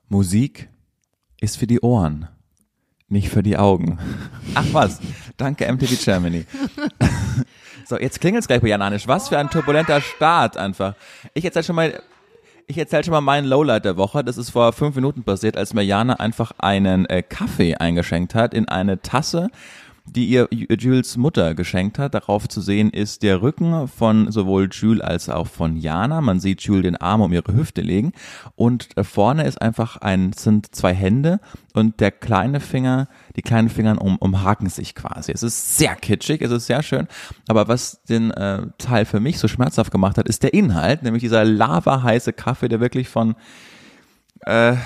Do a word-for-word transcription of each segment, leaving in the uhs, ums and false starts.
Musik ist für die Ohren, nicht für die Augen. Ach was, danke M T V Germany. So, jetzt klingelt's gleich bei Jan Anisch. Was für ein turbulenter Start einfach. Ich erzähl schon mal, ich erzähl schon mal meinen Lowlight der Woche. Das ist vor fünf Minuten passiert, als mir Jana einfach einen äh, Kaffee eingeschenkt hat in eine Tasse, die ihr Jules Mutter geschenkt hat. Darauf zu sehen ist der Rücken von sowohl Jules als auch von Jana. Man sieht Jules den Arm um ihre Hüfte legen und vorne ist einfach ein, sind zwei Hände und der kleine Finger, die kleinen Fingern um, umhaken sich quasi. Es ist sehr kitschig, es ist sehr schön, aber was den äh, Teil für mich so schmerzhaft gemacht hat, ist der Inhalt, nämlich dieser lavaheiße Kaffee, der wirklich von äh,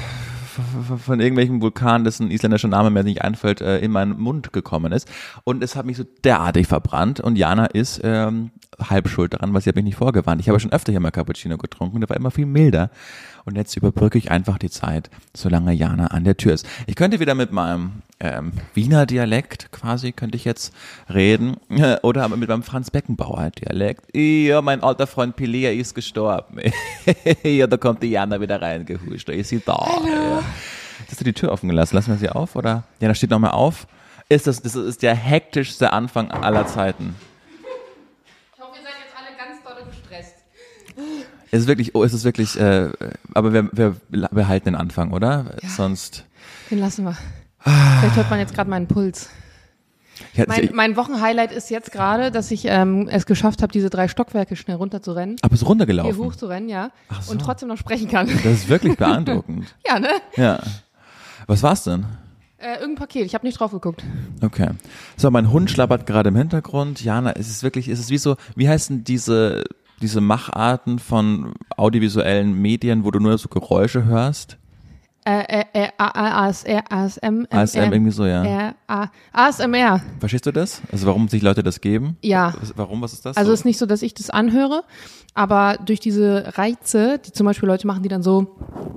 von irgendwelchen Vulkanen, dessen isländischer Name mir nicht einfällt, äh, in meinen Mund gekommen ist. Und es hat mich so derartig verbrannt. Und Jana ist ähm, halb schuld daran, weil sie hat mich nicht vorgewarnt. Ich habe schon öfter hier mal Cappuccino getrunken, der war immer viel milder. Und jetzt überbrücke ich einfach die Zeit, solange Jana an der Tür ist. Ich könnte wieder mit meinem ähm, Wiener Dialekt quasi, könnte ich jetzt reden. Oder aber mit meinem Franz Beckenbauer Dialekt. Ja, mein alter Freund Pilea ist gestorben. Ja, da kommt die Jana wieder reingehuscht. Da ist sie da. Ja. Hast du die Tür offen gelassen? Lassen wir sie auf? Oder? Ja, da steht nochmal auf. Ist das, das ist der hektischste Anfang aller Zeiten. Ich hoffe, ihr seid jetzt alle ganz doll gestresst. Es ist wirklich, oh, es ist wirklich, äh, aber wir, wir, wir halten den Anfang, oder? Ja. Sonst. Den lassen wir. Vielleicht hört man jetzt gerade meinen Puls. Ich, mein, ich, mein Wochenhighlight ist jetzt gerade, dass ich ähm, es geschafft habe, diese drei Stockwerke schnell runterzurennen. Aber es ist runtergelaufen? Hier hochzurennen, ja. Ach so. Und trotzdem noch sprechen kann. Das ist wirklich beeindruckend. Ja, ne? Ja. Was war's denn? Äh, irgendein Paket, ich habe nicht drauf geguckt. Okay. So, mein Hund schlabbert gerade im Hintergrund. Jana, es ist wirklich, es ist wie so, wie heißen diese, diese Macharten von audiovisuellen Medien, wo du nur so Geräusche hörst? Äh, äh, A S R, A S M, A S M, irgendwie so, ja. A S M R. Verstehst du das? Also warum sich Leute das geben? Ja. Warum, was ist das? Also so? es ist nicht so, dass ich das anhöre, aber durch diese Reize, die zum Beispiel Leute machen, die dann so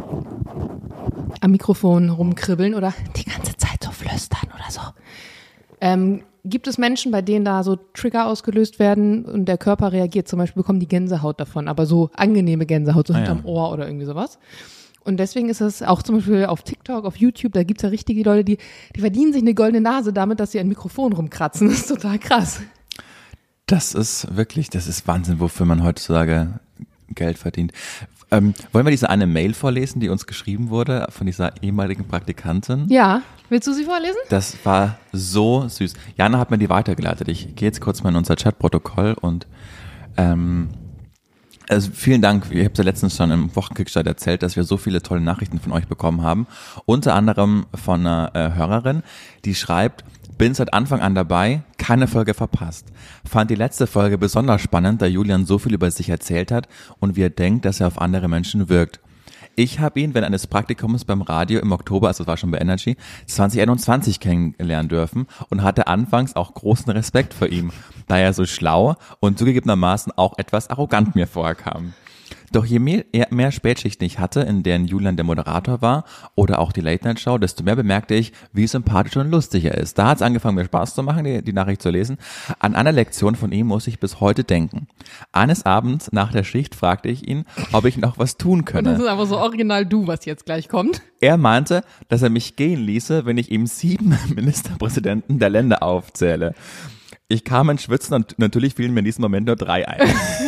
am Mikrofon rumkribbeln oder die ganze Zeit so flüstern oder so, ähm, gibt es Menschen, bei denen da so Trigger ausgelöst werden und der Körper reagiert. Zum Beispiel bekommen die Gänsehaut davon, aber so angenehme Gänsehaut, so ah, hinterm ja. Ohr oder irgendwie sowas. Und deswegen ist es auch zum Beispiel auf TikTok, auf YouTube, da gibt's ja richtige Leute, die, die verdienen sich eine goldene Nase damit, dass sie ein Mikrofon rumkratzen. Das ist total krass. Das ist wirklich, das ist Wahnsinn, wofür man heutzutage Geld verdient. Ähm, wollen wir diese eine Mail vorlesen, die uns geschrieben wurde von dieser ehemaligen Praktikantin? Ja, willst du sie vorlesen? Das war so süß. Jana hat mir die weitergeleitet. Ich gehe jetzt kurz mal in unser Chatprotokoll und ähm, also vielen Dank. Ich habe es ja letztens schon im Wochenkickstart erzählt, dass wir so viele tolle Nachrichten von euch bekommen haben. Unter anderem von einer äh, Hörerin, die schreibt: Bin seit Anfang an dabei, keine Folge verpasst. Fand die letzte Folge besonders spannend, da Julian so viel über sich erzählt hat und wie er denkt, dass er auf andere Menschen wirkt. Ich habe ihn während eines Praktikums beim Radio im Oktober, also das war schon bei Energy, zwanzig einundzwanzig kennenlernen dürfen und hatte anfangs auch großen Respekt vor ihm, da er so schlau und zugegebenermaßen auch etwas arrogant mir vorkam. Doch je mehr, mehr Spätschichten ich hatte, in denen Julian der Moderator war oder auch die Late-Night-Show, desto mehr bemerkte ich, wie sympathisch und lustig er ist. Da hat es angefangen, mir Spaß zu machen, die, die Nachricht zu lesen. An einer Lektion von ihm muss ich bis heute denken. Eines Abends nach der Schicht fragte ich ihn, ob ich noch was tun könne. Und das ist aber so original du, was jetzt gleich kommt. Er meinte, dass er mich gehen ließe, wenn ich ihm sieben Ministerpräsidenten der Länder aufzähle. Ich kam ins Schwitzen und natürlich fielen mir in diesem Moment nur drei ein.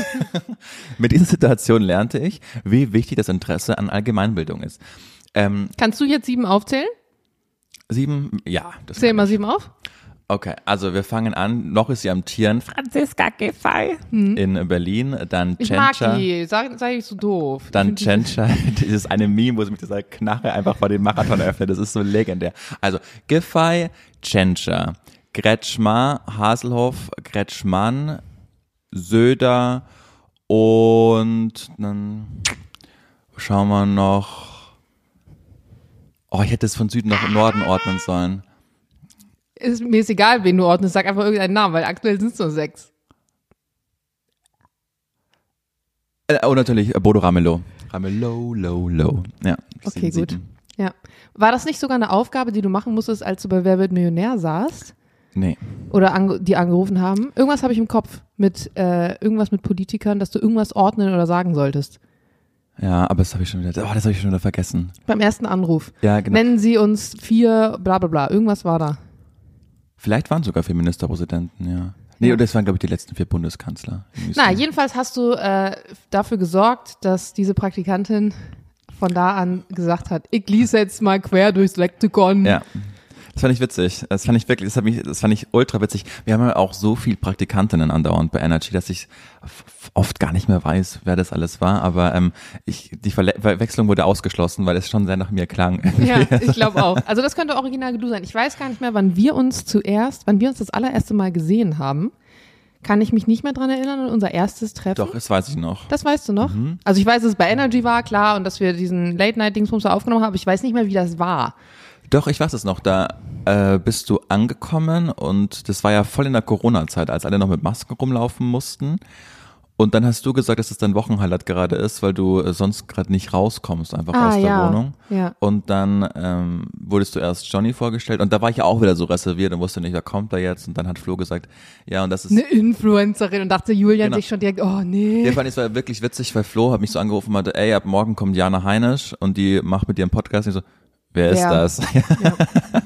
Mit dieser Situation lernte ich, wie wichtig das Interesse an Allgemeinbildung ist. Ähm, Kannst du jetzt sieben aufzählen? Sieben, ja. Das Zähl mal sieben auf. Okay, also wir fangen an. Noch ist sie amtieren. Franziska Giffey hm. in Berlin. Dann ich Tschentscher. mag die, sag, sag ich so doof. Dann Tschentscher, dieses eine Meme, wo sie mit dieser Knarre einfach vor den Marathon eröffnet. Das ist so legendär. Also Giffey, Tschentscher, Kretschmer, Haselhoff, Kretschmann, Söder und dann schauen wir noch. Oh, ich hätte es von Süden nach Norden ordnen sollen. Ist, mir ist egal, wen du ordnest, sag einfach irgendeinen Namen, weil aktuell sind es nur sechs. Äh, oh, natürlich, Bodo Ramelow. Ramelow, low, low. Ja. Okay, sieben, gut. sieben. Ja. War das nicht sogar eine Aufgabe, die du machen musstest, als du bei Wer wird Millionär saßt? Nee. Oder ange- die angerufen haben? Irgendwas habe ich im Kopf mit äh, irgendwas mit Politikern, dass du irgendwas ordnen oder sagen solltest. Ja, aber das habe ich schon wieder, oh, das habe ich schon wieder vergessen. Beim ersten Anruf. Ja, genau. Nennen Sie uns vier, bla bla bla, irgendwas war da. Vielleicht waren sogar vier Ministerpräsidenten, ja. Nee, Ja. und das waren, glaube ich, die letzten vier Bundeskanzler. Irgendwie Na, so. jedenfalls hast du äh, dafür gesorgt, dass diese Praktikantin von da an gesagt hat, ich lese jetzt mal quer durchs Lexikon. Ja. Das fand ich witzig. Das fand ich wirklich, das, hat mich, das fand ich ultra witzig. Wir haben ja auch so viel Praktikantinnen andauernd bei Energy, dass ich f- oft gar nicht mehr weiß, wer das alles war. Aber ähm, ich, die Verle- Verwechslung wurde ausgeschlossen, weil es schon sehr nach mir klang. Ja, ich glaube auch. Also das könnte original du sein. Ich weiß gar nicht mehr, wann wir uns zuerst, wann wir uns das allererste Mal gesehen haben. Kann ich mich nicht mehr dran erinnern an unser erstes Treffen. Doch, das weiß ich noch. Das weißt du noch? Mhm. Also ich weiß, dass es bei Energy war, klar, und dass wir diesen Late-Night-Dingsbums aufgenommen haben, aber ich weiß nicht mehr, wie das war. Doch, ich weiß es noch. Da äh, bist du angekommen und das war ja voll in der Corona-Zeit, als alle noch mit Masken rumlaufen mussten. Und dann hast du gesagt, dass es dein Wochenhighlight gerade ist, weil du äh, sonst gerade nicht rauskommst, einfach Ah, aus der ja. Wohnung. Ja. Und dann ähm, wurdest du erst Johnny vorgestellt und da war ich ja auch wieder so reserviert und wusste nicht, wer kommt da jetzt. Und dann hat Flo gesagt, ja, und das ist... Eine Influencerin und dachte Julian Genau. sich schon direkt, oh nee. Ja, fand ich, es war wirklich witzig, weil Flo hat mich so angerufen und meinte, ey, ab morgen kommt Jana Heinisch und die macht mit dir einen Podcast. Und ich so, wer ist Wer? das? Ja.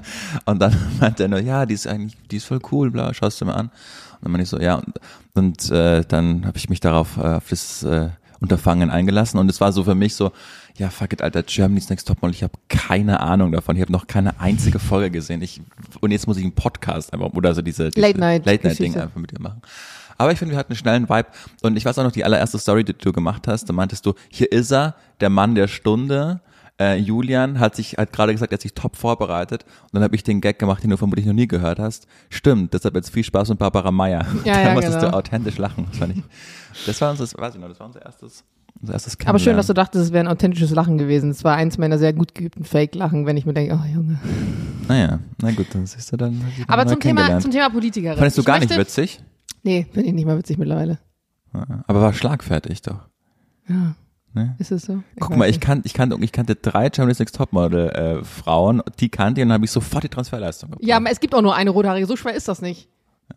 Und dann meinte er nur, ja, die ist eigentlich, die ist voll cool, bla, schaust du mir an. Und dann meinte ich so, ja, und, und äh, dann habe ich mich darauf, äh, auf das äh, Unterfangen eingelassen und es war so für mich so, ja, fuck it, Alter, Germany's Next Topmodel, ich habe keine Ahnung davon, ich habe noch keine einzige Folge gesehen. Ich, und jetzt muss ich einen Podcast einfach, oder so diese, diese Late-Night-Geschichte. Late-Night-Ding einfach mit dir machen. Aber ich finde, wir hatten einen schnellen Vibe und ich weiß auch noch, die allererste Story, die du gemacht hast, da meintest du, hier ist er, der Mann der Stunde. Äh, Julian hat sich hat gerade gesagt, er hat sich top vorbereitet und dann habe ich den Gag gemacht, den du vermutlich noch nie gehört hast. Stimmt, deshalb jetzt viel Spaß mit Barbara Meyer. Ja, da ja, musstest genau. du authentisch lachen. Das, fand ich, das war unser, weiß ich noch, das war unser erstes, unser erstes Kennenlernen. Aber schön, dass du dachtest, es wäre ein authentisches Lachen gewesen. Es war eins meiner sehr gut geübten Fake-Lachen, wenn ich mir denke, oh Junge. Naja, na gut, dann siehst du dann. hab ich Aber mal zum Thema, kennengelernt. zum Thema Politikerin. Fandest du Ich gar möchte, nicht witzig? Nee, finde ich nicht mal witzig mittlerweile. Ja, aber war schlagfertig doch. Ja, Ne? ist es so? Guck weiß mal, ich, nicht. kan, ich, kannte, ich kannte drei Germany's Next Topmodel äh, Frauen, die kannte ich und dann habe ich sofort die Transferleistung gebracht. Ja, aber es gibt auch nur eine rothaarige, so schwer ist das nicht.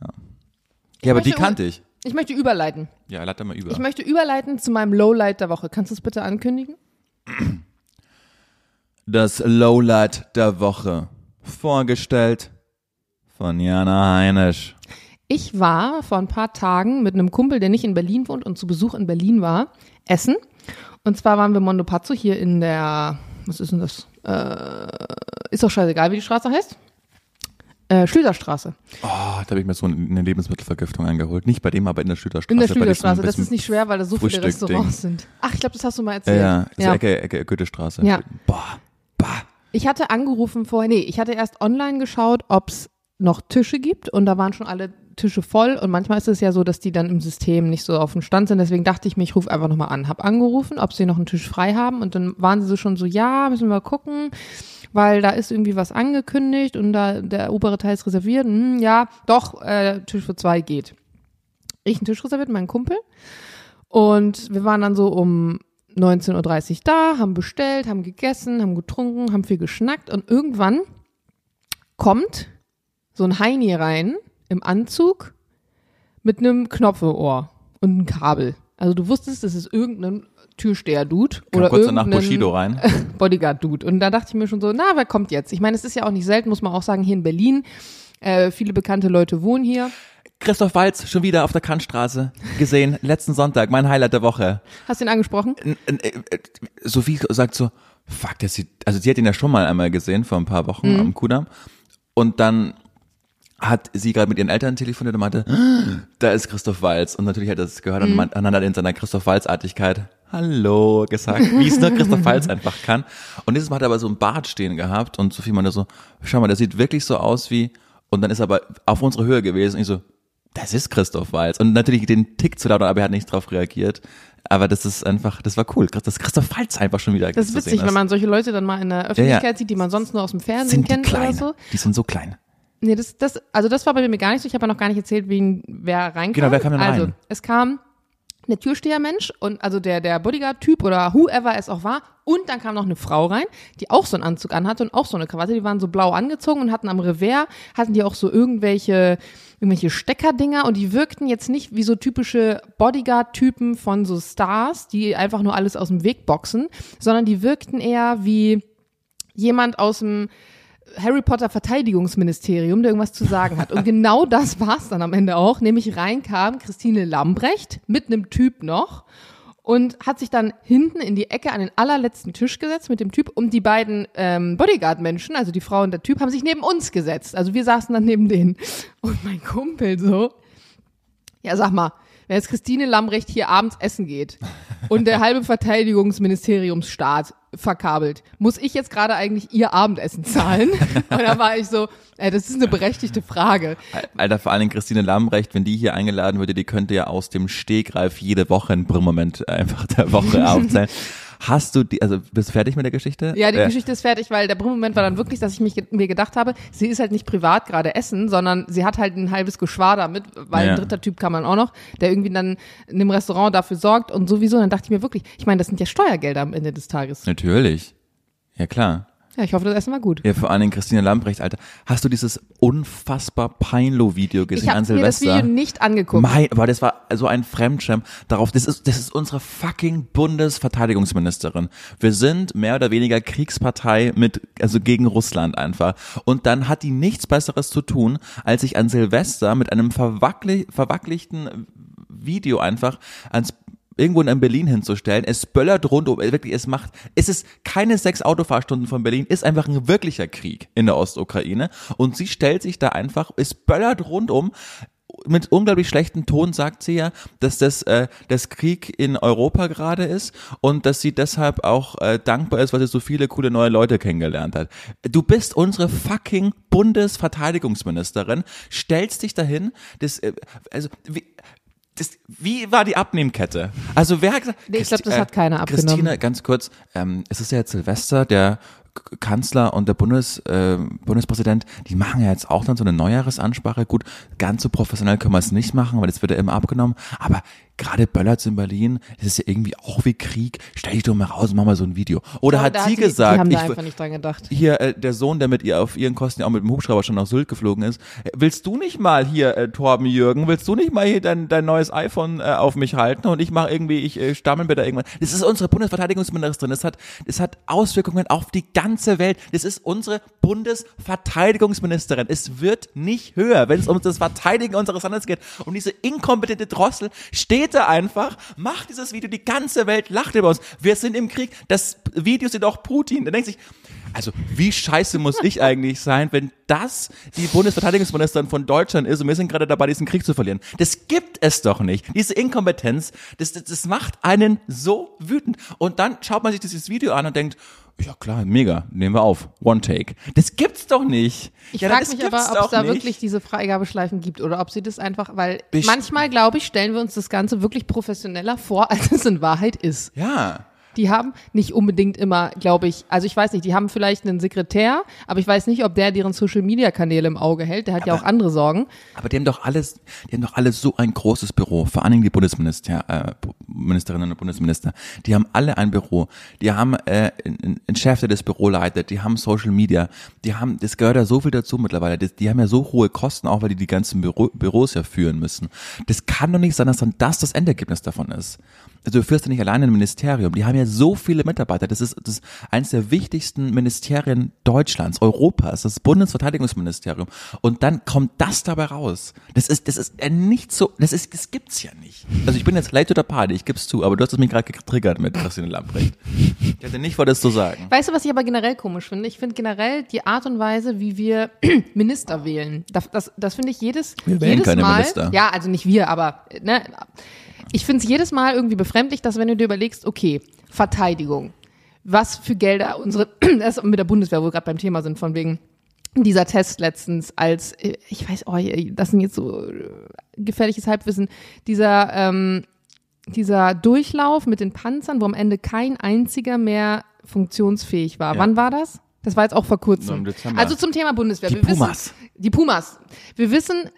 ja aber die möchte- kannte ich. Ich möchte überleiten. Ja, lad da mal über. Ich möchte überleiten zu meinem Lowlight der Woche. Kannst du es bitte ankündigen? Das Lowlight der Woche. Vorgestellt von Jana Heinisch. Ich war vor ein paar Tagen mit einem Kumpel, der nicht in Berlin wohnt und zu Besuch in Berlin war, essen. Und zwar waren wir Mondo Pazzo hier in der, was ist denn das? Äh, ist doch scheißegal, wie die Straße heißt. Äh, Schlüterstraße. Oh, da habe ich mir so eine Lebensmittelvergiftung eingeholt. Nicht bei dem, aber in der Schlüterstraße. In der bei diesem Schlüterstraße. Das bisschen ist nicht schwer, weil da so viele Frühstück-Ding. Restaurants sind. Ach, ich glaube, das hast du mal Ja, erzählt. ja, ist Ecke, Ecke Goethestraße. Ja. Boah, boah. Ich hatte angerufen vorher, nee, ich hatte erst online geschaut, ob es noch Tische gibt und da waren schon alle Tische voll und manchmal ist es ja so, dass die dann im System nicht so auf dem Stand sind, deswegen dachte ich mir, ich rufe einfach nochmal an, hab angerufen, ob sie noch einen Tisch frei haben und dann waren sie so schon so, ja, müssen wir mal gucken, weil da ist irgendwie was angekündigt und da der obere Teil ist reserviert, hm, ja, doch, äh, Tisch für zwei geht. Ich einen Tisch reserviert, mein Kumpel und wir waren dann so um neunzehn Uhr dreißig da, haben bestellt, haben gegessen, haben getrunken, haben viel geschnackt und irgendwann kommt so ein Heini rein im Anzug mit einem Knopf im Ohr und einem Kabel. Also du wusstest, das ist irgendein Türsteher-Dude Kam oder kurz danach irgendein Bushido rein. Bodyguard-Dude. Und da dachte ich mir schon so, na, wer kommt jetzt? Ich meine, es ist ja auch nicht selten, muss man auch sagen, hier in Berlin. Äh, viele bekannte Leute wohnen hier. Christoph Waltz, schon wieder auf der Kantstraße gesehen, letzten Sonntag, mein Highlight der Woche. Hast du ihn angesprochen? N- n- äh, Sophie sagt so, fuck, der sieht, also sie hat ihn ja schon mal einmal gesehen, vor ein paar Wochen Mhm. am Kudamm. Und dann hat sie gerade mit ihren Eltern telefoniert und meinte, "Ah, da ist Christoph Waltz. Und natürlich hat er das gehört und man- und dann hat er in seiner Christoph Waltz-Artigkeit Hallo gesagt, wie es nur Christoph Waltz einfach kann. Und dieses Mal hat er aber so ein Bart stehen gehabt und Sophie meinte so, schau mal, der sieht wirklich so aus wie, und dann ist er aber auf unsere Höhe gewesen und ich so, das ist Christoph Waltz. Und natürlich den Tick zu laut, aber er hat nicht drauf reagiert. Aber das ist einfach, das war cool, dass Christoph Waltz einfach schon wieder Das ist zu witzig, sehen wenn man solche Leute dann mal in der Öffentlichkeit Ja, ja. sieht, die man sonst nur aus dem Fernsehen Sind die kennt klein, oder so. die sind so klein. Nee, das, das, also das war bei mir gar nicht so. Ich habe ja noch gar nicht erzählt, wen, wer reinkam. Genau, wer kam denn also, rein? es kam der Türstehermensch und also der, der Bodyguard-Typ oder whoever es auch war. Und dann kam noch eine Frau rein, die auch so einen Anzug anhatte und auch so eine Krawatte. Die waren so blau angezogen und hatten am Revers, hatten die auch so irgendwelche, irgendwelche Steckerdinger und die wirkten jetzt nicht wie so typische Bodyguard-Typen von so Stars, die einfach nur alles aus dem Weg boxen, sondern die wirkten eher wie jemand aus dem Harry Potter Verteidigungsministerium, der irgendwas zu sagen hat. Und genau das war's dann am Ende auch. Nämlich reinkam Christine Lambrecht mit einem Typ noch und hat sich dann hinten in die Ecke an den allerletzten Tisch gesetzt mit dem Typ. Und die beiden ähm, Bodyguard-Menschen, also die Frau und der Typ, haben sich neben uns gesetzt. Also wir saßen dann neben denen. Und mein Kumpel so, ja sag mal, wenn jetzt Christine Lambrecht hier abends essen geht und der halbe Verteidigungsministeriumsstaat verkabelt, muss ich jetzt gerade eigentlich ihr Abendessen zahlen? Und da war ich so, ey, das ist eine berechtigte Frage. Alter, vor allem Christine Lambrecht, wenn die hier eingeladen würde, die könnte ja aus dem Stegreif jede Woche einen Brillmoment einfach der Woche aufzählen. Hast du die, also bist du fertig mit der Geschichte? Ja, die äh. Geschichte ist fertig, weil der Moment war dann wirklich, dass ich mich, mir gedacht habe, sie ist halt nicht privat gerade essen, sondern sie hat halt ein halbes Geschwader mit, weil ja. ein dritter Typ kam dann auch noch, der irgendwie dann in dem Restaurant dafür sorgt und sowieso. Und dann dachte ich mir wirklich, ich meine, das sind ja Steuergelder am Ende des Tages. Natürlich. Ja, klar. Ja, ich hoffe, das Essen war gut. Ja, vor allen Dingen Christine Lambrecht, Alter. Hast du dieses unfassbar Peinlo-Video gesehen ich an Ich habe mir das Silvester? Video nicht angeguckt. Mein, aber das war so ein Fremdschirm darauf. Das ist, das ist unsere fucking Bundesverteidigungsministerin. Wir sind mehr oder weniger Kriegspartei mit, also gegen Russland einfach. Und dann hat die nichts Besseres zu tun, als sich an Silvester mit einem verwackli, verwacklichten Video einfach ans irgendwo in Berlin hinzustellen. Es böllert rund um, wirklich, es macht, es ist keine sechs Autofahrstunden von Berlin, ist einfach ein wirklicher Krieg in der Ostukraine und sie stellt sich da einfach, es böllert rundum. Mit unglaublich schlechtem Ton sagt sie ja, dass das äh, das Krieg in Europa gerade ist und dass sie deshalb auch äh, dankbar ist, weil sie so viele coole neue Leute kennengelernt hat. Du bist unsere fucking Bundesverteidigungsministerin, stellst dich dahin, das, äh, also wie, Das, wie war die Abnehmkette? Also wer hat gesagt, nee, ich glaube, das äh, hat keiner abgenommen. Christine, ganz kurz, ähm, es ist ja jetzt Silvester, der K- Kanzler und der Bundes, äh, Bundespräsident, die machen ja jetzt auch dann so eine Neujahresansprache. Gut, ganz so professionell können wir es nicht machen, weil das wird ja immer abgenommen. Aber gerade Böllert's in Berlin, das ist ja irgendwie auch wie Krieg. Stell dich doch mal raus und mach mal so ein Video. Oder glaube, hat da sie hat die, gesagt, die haben da ich, einfach nicht dran gedacht. hier äh, der Sohn, der mit ihr auf ihren Kosten ja auch mit dem Hubschrauber schon nach Sylt geflogen ist, äh, willst du nicht mal hier, äh, Torben Jürgen, willst du nicht mal hier dein, dein neues iPhone äh, auf mich halten und ich mache irgendwie, ich äh, stammel mir da irgendwann. Das ist unsere Bundesverteidigungsministerin, das hat, das hat Auswirkungen auf die ganze Welt. Das ist unsere Bundesverteidigungsministerin. Es wird nicht höher, wenn es um das Verteidigen unseres Landes geht. Und diese inkompetente Drossel steht da einfach, macht dieses Video, die ganze Welt lacht über uns. Wir sind im Krieg, das Video sieht auch Putin. Da denkt sich, also wie scheiße muss ich eigentlich sein, wenn das die Bundesverteidigungsministerin von Deutschland ist und wir sind gerade dabei, diesen Krieg zu verlieren. Das gibt es doch nicht. Diese Inkompetenz, das, das, das macht einen so wütend. Und dann schaut man sich dieses Video an und denkt, ja klar, mega, nehmen wir auf, One Take. Das gibt's doch nicht. Ich ja, frage mich aber, ob es da nicht. wirklich diese Freigabeschleifen gibt oder ob sie das einfach, weil Best- manchmal, glaube ich, stellen wir uns das Ganze wirklich professioneller vor, als es in Wahrheit ist. Ja. Die haben nicht unbedingt immer, glaube ich, also ich weiß nicht, die haben vielleicht einen Sekretär, aber ich weiß nicht, ob der deren Social-Media-Kanäle im Auge hält. Der hat aber, ja auch andere Sorgen. Aber die haben doch alles, die haben doch alles so ein großes Büro. Vor allen Dingen die Bundesminister, äh, Ministerinnen und Bundesminister. Die haben alle ein Büro. Die haben äh, einen Chef, der das Büro leitet. Die haben Social Media. Die haben, das gehört ja so viel dazu mittlerweile. Die, die haben ja so hohe Kosten, auch weil die die ganzen Büro, Büros ja führen müssen. Das kann doch nicht sein, dass dann das das Endergebnis davon ist. Also du führst ja nicht alleine ein Ministerium. Die haben ja so viele Mitarbeiter. Das ist, das ist eines der wichtigsten Ministerien Deutschlands, Europas, das Bundesverteidigungsministerium. Und dann kommt das dabei raus. Das ist, das ist nicht so, das ist, das gibt's ja nicht. Also ich bin jetzt late to the party, ich geb's zu, aber du hast es mich gerade getriggert mit Christine Lambrecht. Ich hatte nicht vor, das zu sagen. Weißt du, was ich aber generell komisch finde? Ich finde generell die Art und Weise, wie wir Minister wählen. Das, das, das finde ich jedes, Wir wählen jedes keine Mal. Minister. Ja, also nicht wir, aber ne, ich finde es jedes Mal irgendwie befremdlich, dass wenn du dir überlegst, okay, Verteidigung, was für Gelder unsere, das mit der Bundeswehr, wo wir gerade beim Thema sind, von wegen dieser Test letztens als, ich weiß, oh, das sind jetzt so gefährliches Halbwissen, dieser, ähm, dieser Durchlauf mit den Panzern, wo am Ende kein einziger mehr funktionsfähig war. Ja. Wann war das? Das war jetzt auch vor kurzem. Im Dezember. Also zum Thema Bundeswehr. Die Wir Pumas. Wissen, die Pumas. Wir wissen,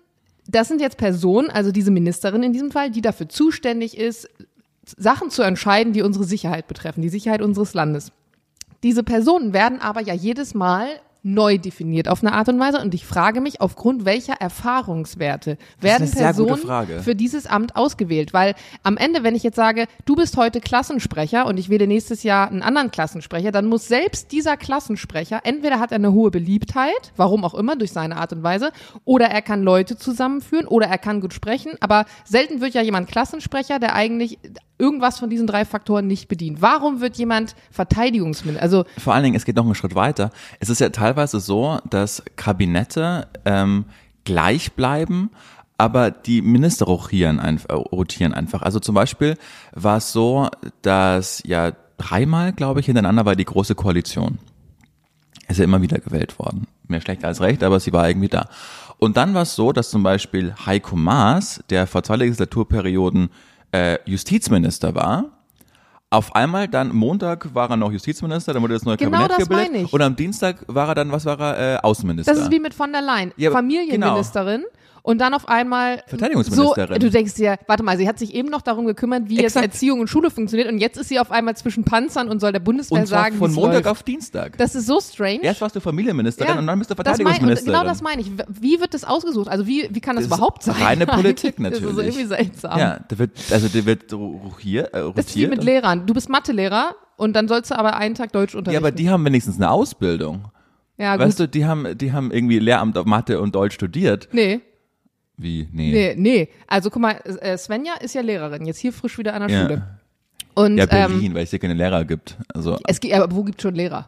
das sind jetzt Personen, also diese Ministerin in diesem Fall, die dafür zuständig ist, Sachen zu entscheiden, die unsere Sicherheit betreffen, die Sicherheit unseres Landes. Diese Personen werden aber ja jedes Mal neu definiert auf eine Art und Weise und ich frage mich, aufgrund welcher Erfahrungswerte werden Personen für dieses Amt ausgewählt? Weil am Ende, wenn ich jetzt sage, du bist heute Klassensprecher und ich wähle nächstes Jahr einen anderen Klassensprecher, dann muss selbst dieser Klassensprecher, entweder hat er eine hohe Beliebtheit, warum auch immer, durch seine Art und Weise, oder er kann Leute zusammenführen oder er kann gut sprechen, aber selten wird ja jemand Klassensprecher, der eigentlich irgendwas von diesen drei Faktoren nicht bedient. Warum wird jemand Verteidigungsminister? Also vor allen Dingen, es geht noch einen Schritt weiter. Es ist ja teilweise so, dass Kabinette ähm, gleich bleiben, aber die Minister rotieren, einf- äh, rotieren einfach. Also zum Beispiel war es so, dass ja dreimal, glaube ich, hintereinander war die Große Koalition. Ist ja immer wieder gewählt worden. Mehr schlecht als recht, aber sie war irgendwie da. Und dann war es so, dass zum Beispiel Heiko Maas, der vor zwei Legislaturperioden äh, Justizminister war, auf einmal dann, Montag war er noch Justizminister, dann wurde das neue genau Kabinett das gebildet meine ich. und am Dienstag war er dann, was war er, äh, Außenminister. Das ist wie mit von der Leyen, ja, Familienministerin. Genau. Und dann auf einmal Verteidigungsministerin. So, du denkst dir, warte mal, sie hat sich eben noch darum gekümmert, wie Exakt. Jetzt Erziehung und Schule funktioniert und jetzt ist sie auf einmal zwischen Panzern und soll der Bundeswehr und zwar sagen, von Montag läuft. Auf Dienstag. Das ist so strange. Erst warst du Familienministerin ja, und dann bist du Verteidigungsministerin. Genau das meine ich. Wie wird das ausgesucht? Also wie, wie kann das, das überhaupt sein? Reine Politik natürlich. Das ist so irgendwie seltsam. Ja, der wird, also der wird rotiert. Äh, rotiert das ist wie mit Lehrern. Du bist Mathelehrer und dann sollst du aber einen Tag Deutsch unterrichten. Ja, aber die haben wenigstens eine Ausbildung. Ja, gut. Weißt du, die haben, die haben irgendwie Lehramt auf Mathe und Deutsch studiert. Nee. Wie? Nee. Nee, nee. Also guck mal, Svenja ist ja Lehrerin, jetzt hier frisch wieder an der ja. Schule. Und, ja, Berlin, ähm, weil es hier keine Lehrer gibt. Also, es gibt, aber wo gibt es schon Lehrer?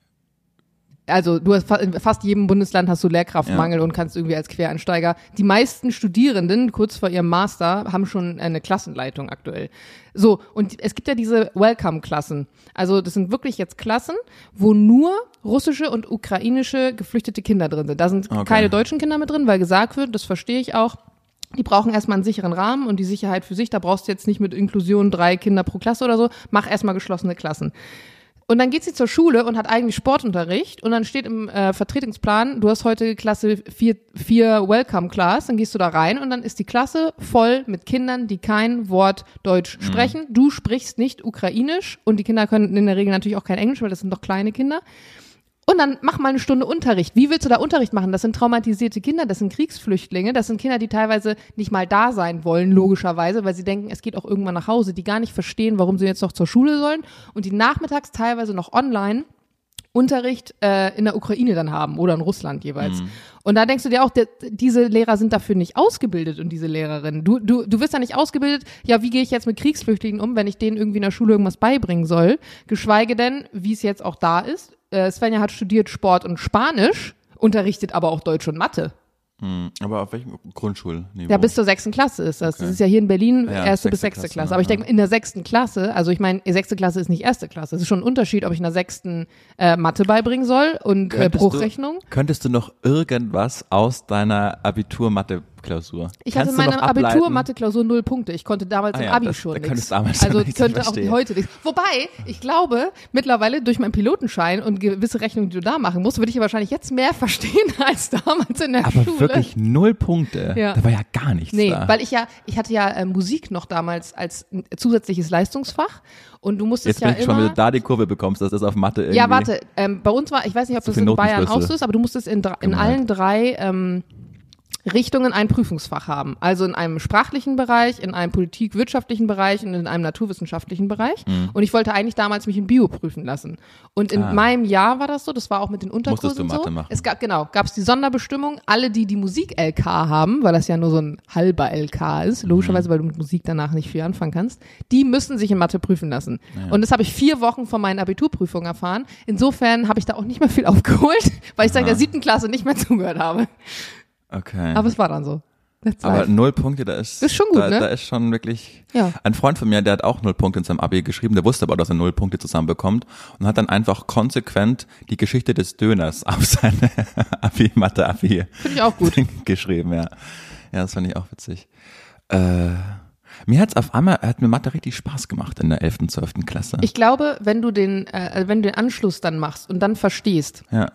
Also du hast in fast jedem Bundesland hast du Lehrkraftmangel ja. und kannst irgendwie als Quereinsteiger. Die meisten Studierenden kurz vor ihrem Master haben schon eine Klassenleitung aktuell. So, und es gibt ja diese Welcome-Klassen. Also das sind wirklich jetzt Klassen, wo nur russische und ukrainische geflüchtete Kinder drin sind. Da sind okay. keine deutschen Kinder mit drin, weil gesagt wird, das verstehe ich auch, die brauchen erstmal einen sicheren Rahmen und die Sicherheit für sich. Da brauchst du jetzt nicht mit Inklusion drei Kinder pro Klasse oder so. Mach erstmal geschlossene Klassen. Und dann geht sie zur Schule und hat eigentlich Sportunterricht und dann steht im äh, Vertretungsplan, du hast heute Klasse vier, vier Welcome Class, dann gehst du da rein und dann ist die Klasse voll mit Kindern, die kein Wort Deutsch mhm. sprechen. Du sprichst nicht Ukrainisch und die Kinder können in der Regel natürlich auch kein Englisch, weil das sind doch kleine Kinder. Und dann mach mal eine Stunde Unterricht. Wie willst du da Unterricht machen? Das sind traumatisierte Kinder, das sind Kriegsflüchtlinge, das sind Kinder, die teilweise nicht mal da sein wollen, logischerweise, weil sie denken, es geht auch irgendwann nach Hause, die gar nicht verstehen, warum sie jetzt noch zur Schule sollen und die nachmittags teilweise noch online Unterricht äh, in der Ukraine dann haben oder in Russland jeweils. Mhm. Und da denkst du dir auch, der, diese Lehrer sind dafür nicht ausgebildet und diese Lehrerinnen. Du, du, du wirst ja nicht ausgebildet, ja, wie gehe ich jetzt mit Kriegsflüchtlingen um, wenn ich denen irgendwie in der Schule irgendwas beibringen soll? Geschweige denn, wie es jetzt auch da ist. Äh, Svenja hat studiert Sport und Spanisch, unterrichtet aber auch Deutsch und Mathe. Hm, aber auf welchem Grundschulniveau? Ja, bis zur sechsten Klasse ist das. Okay. Das ist ja hier in Berlin ja, erste bis sechste Klasse. Klasse. Aber ich denke, in der sechsten Klasse, also ich meine, sechste Klasse ist nicht erste Klasse. Es ist schon ein Unterschied, ob ich in der sechsten äh, Mathe beibringen soll und äh, Bruchrechnung. Du, könntest du noch irgendwas aus deiner Abitur-Mathe-Klausur? Ich hatte in meiner Abitur-Mathe-Klausur null Punkte. Ich konnte damals ah, im ja, Abi das, schon da nichts. Damals also nichts könnte auch verstehen. heute nichts. Wobei, ich glaube, mittlerweile durch meinen Pilotenschein und gewisse Rechnungen, die du da machen musst, würde ich ja wahrscheinlich jetzt mehr verstehen als damals in der Aber Schule. Aber wirklich null Punkte? Ja. Da war ja gar nichts nee, da. Nee, weil ich ja, ich hatte ja äh, Musik noch damals als zusätzliches Leistungsfach und du musstest jetzt ja wenn immer... Jetzt schon wieder da die Kurve bekommst, dass das auf Mathe irgendwie... Ja, warte, ähm, bei uns war, ich weiß nicht, ob so das in Bayern auch so ist, aber du musstest in, in allen drei ähm, Richtungen ein Prüfungsfach haben. Also in einem sprachlichen Bereich, in einem politikwirtschaftlichen Bereich und in einem naturwissenschaftlichen Bereich. Mhm. Und ich wollte eigentlich damals mich in Bio prüfen lassen. Und in ah. meinem Jahr war das so, das war auch mit den Unterkursen Musstest du Mathe so. machen. Es gab, genau, gab es die Sonderbestimmung, alle, die die Musik-L K haben, weil das ja nur so ein halber L K ist, logischerweise, mhm. weil du mit Musik danach nicht viel anfangen kannst, die müssen sich in Mathe prüfen lassen. Ja. Und das habe ich vier Wochen vor meinen Abiturprüfungen erfahren. Insofern habe ich da auch nicht mehr viel aufgeholt, weil ich seit der siebten Klasse nicht mehr zugehört habe. Okay. Aber es war dann so. Aber null Punkte, da ist, ist schon gut, da, ne? da ist schon wirklich, ja. Ein Freund von mir, der hat auch null Punkte in seinem Abi geschrieben, der wusste aber, dass er null Punkte zusammenbekommt und hat dann einfach konsequent die Geschichte des Döners auf seine Abi, Mathe-Abi Finde ich auch gut. geschrieben, ja. Ja, das fand ich auch witzig. Äh, mir hat's auf einmal, hat mir Mathe richtig Spaß gemacht in der elften, zwölften Klasse. Ich glaube, wenn du den, äh, wenn du den Anschluss dann machst und dann verstehst, ja.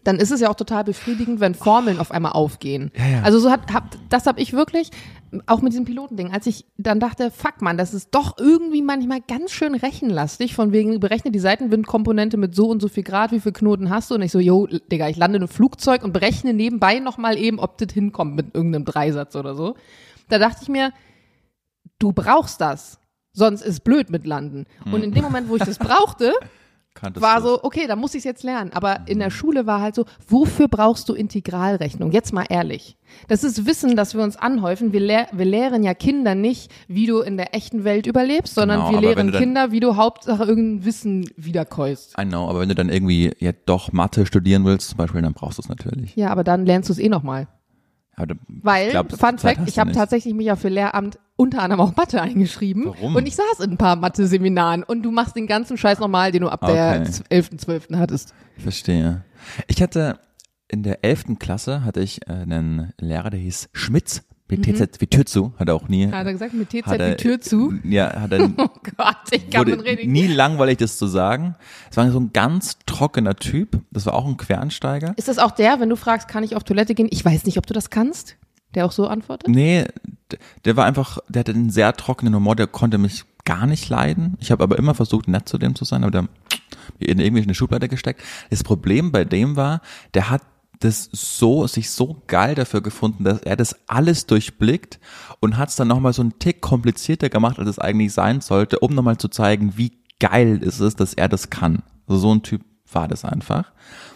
dann ist es ja auch total befriedigend, wenn Formeln auf einmal aufgehen. Ja, ja. Also so hat, hab, das habe ich wirklich, auch mit diesem Pilotending, als ich dann dachte, fuck man, das ist doch irgendwie manchmal ganz schön rechenlastig, von wegen, berechne die Seitenwindkomponente mit so und so viel Grad, wie viel Knoten hast du? Und ich so, yo, Digga, ich lande in einem Flugzeug und berechne nebenbei nochmal eben, ob das hinkommt mit irgendeinem Dreisatz oder so. Da dachte ich mir, du brauchst das, sonst ist blöd mit Landen. Hm. Und in dem Moment, wo ich das brauchte, Kanntest war du's? so, okay, dann muss ich es jetzt lernen. Aber in der Schule war halt so, wofür brauchst du Integralrechnung? Jetzt mal ehrlich. Das ist Wissen, das wir uns anhäufen. Wir, lehr, wir lehren ja Kinder nicht, wie du in der echten Welt überlebst, sondern Genau, wir aber wenn lehren du dann- Kinder, wie du Hauptsache irgendein Wissen wiederkäust. I know, aber wenn du dann irgendwie ja doch Mathe studieren willst zum Beispiel, dann brauchst du es natürlich. Ja, aber dann lernst du es eh nochmal. Aber du, Weil, ich glaub, Fun Zeit Fact, hast ich du habe nicht. tatsächlich mich ja für Lehramt unter anderem auch Mathe eingeschrieben. Warum? Und ich saß in ein paar Mathe-Seminaren und du machst den ganzen Scheiß nochmal, den du ab der Okay. elften zwölften hattest. Verstehe. Ich hatte in der elften Klasse hatte ich äh, einen Lehrer, der hieß Schmitz, mit T Z wie Tür zu, hat er auch nie. Hat er gesagt, mit T Z hat er- die Tür zu? Ja, hat er Oh Gott, ich kann wurde mit reden. nie langweilig, das zu sagen. Es war so ein ganz trockener Typ, das war auch ein Quereinsteiger. Ist das auch der, wenn du fragst, kann ich auf Toilette gehen? Ich weiß nicht, ob du das kannst. Der auch so antwortet? Nee, d- der war einfach, der hatte einen sehr trockenen Humor, der konnte mich gar nicht leiden. Ich habe aber immer versucht, nett zu dem zu sein, aber der in irgendwie eine Schublade gesteckt. Das Problem bei dem war, der hat das so, sich so geil dafür gefunden, dass er das alles durchblickt und hat es dann nochmal so einen Tick komplizierter gemacht, als es eigentlich sein sollte, um nochmal zu zeigen, wie geil es ist, dass er das kann. Also so ein Typ war das einfach.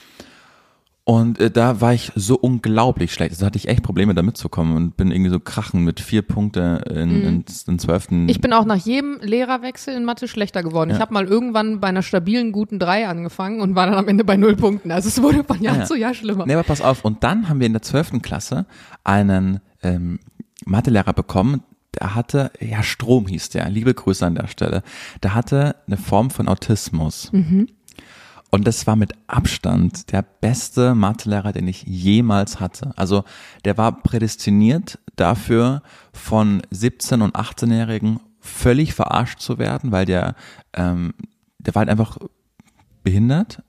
Und äh, da war ich so unglaublich schlecht. Also hatte ich echt Probleme, da mitzukommen und bin irgendwie so krachen mit vier Punkte in, in, in zwölften. Ich bin auch nach jedem Lehrerwechsel in Mathe schlechter geworden. Ja. Ich habe mal irgendwann bei einer stabilen guten drei angefangen und war dann am Ende bei null Punkten. Also es wurde von Jahr Ja. zu Jahr schlimmer. Nee, aber pass auf. Und dann haben wir in der zwölften Klasse einen ähm, Mathelehrer bekommen, der hatte, ja Strom hieß der, liebe Grüße an der Stelle, der hatte eine Form von Autismus. Mhm. Und das war mit Abstand der beste Mathelehrer, den ich jemals hatte. Also der war prädestiniert dafür, von siebzehn- und achtzehnjährigen völlig verarscht zu werden, weil der, ähm, der war halt einfach behindert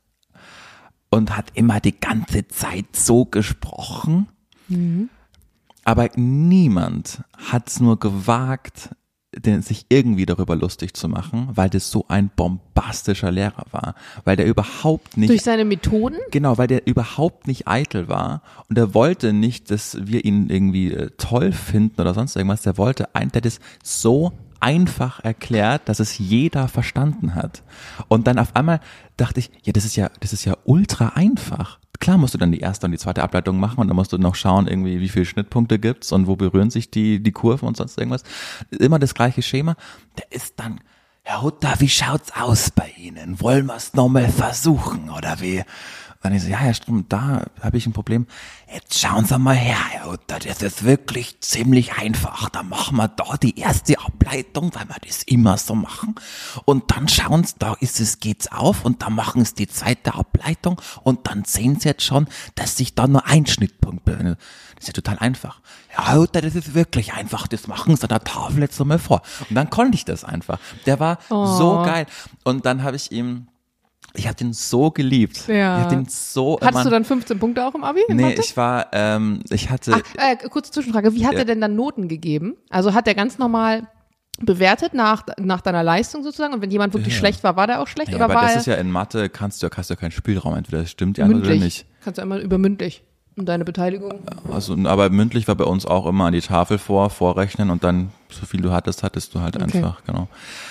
und hat immer die ganze Zeit so gesprochen. Mhm. Aber niemand hat es nur gewagt, den, sich irgendwie darüber lustig zu machen, weil das so ein bombastischer Lehrer war, weil der überhaupt nicht Durch seine Methoden? Genau, weil der überhaupt nicht eitel war und er wollte nicht, dass wir ihn irgendwie äh, toll finden oder sonst irgendwas. Der wollte ein, der hat das so einfach erklärt, dass es jeder verstanden hat. Und dann auf einmal dachte ich, ja, das ist ja, das ist ja ultra einfach. Klar musst du dann die erste und die zweite Ableitung machen und dann musst du noch schauen, irgendwie, wie viele Schnittpunkte gibt's und wo berühren sich die, die Kurven und sonst irgendwas. Immer das gleiche Schema. Der ist dann, Herr Hutter, wie schaut's aus bei Ihnen? Wollen wir es nochmal versuchen oder wie? Dann ich so, ja, Herr Strom, da habe ich ein Problem. Jetzt schauen Sie mal her, Herr Hutter, das ist wirklich ziemlich einfach. Da machen wir da die erste Ableitung, weil wir das immer so machen. Und dann schauen Sie, da ist es, geht's auf und dann machen Sie die zweite Ableitung und dann sehen Sie jetzt schon, dass sich da nur ein Schnittpunkt bildet. Das ist ja total einfach. Ja, Herr Hutter, das ist wirklich einfach. Das machen Sie an der Tafel jetzt nochmal vor. Und dann konnte ich das einfach. Der war Oh. so geil. Und dann habe ich ihm Ich habe den so geliebt. Ja. Ich habe den so. Hattest Mann, du dann fünfzehn Punkte auch im Abi? In Nee, Mathe? ich war, ähm, ich hatte. Ach, äh, kurze Zwischenfrage. Wie hat Ja. er denn dann Noten gegeben? Also hat er ganz normal bewertet nach, nach deiner Leistung sozusagen? Und wenn jemand wirklich Ja. schlecht war, war der auch schlecht? ja, oder aber war das er ist ja in Mathe, kannst du, hast du ja keinen Spielraum. Entweder es stimmt die Antwort oder mündlich? nicht. Kannst du immer über mündlich. Und deine Beteiligung? Also, aber mündlich war bei uns auch immer an die Tafel vor, vorrechnen und dann, so viel du hattest, hattest du halt Okay. einfach, genau.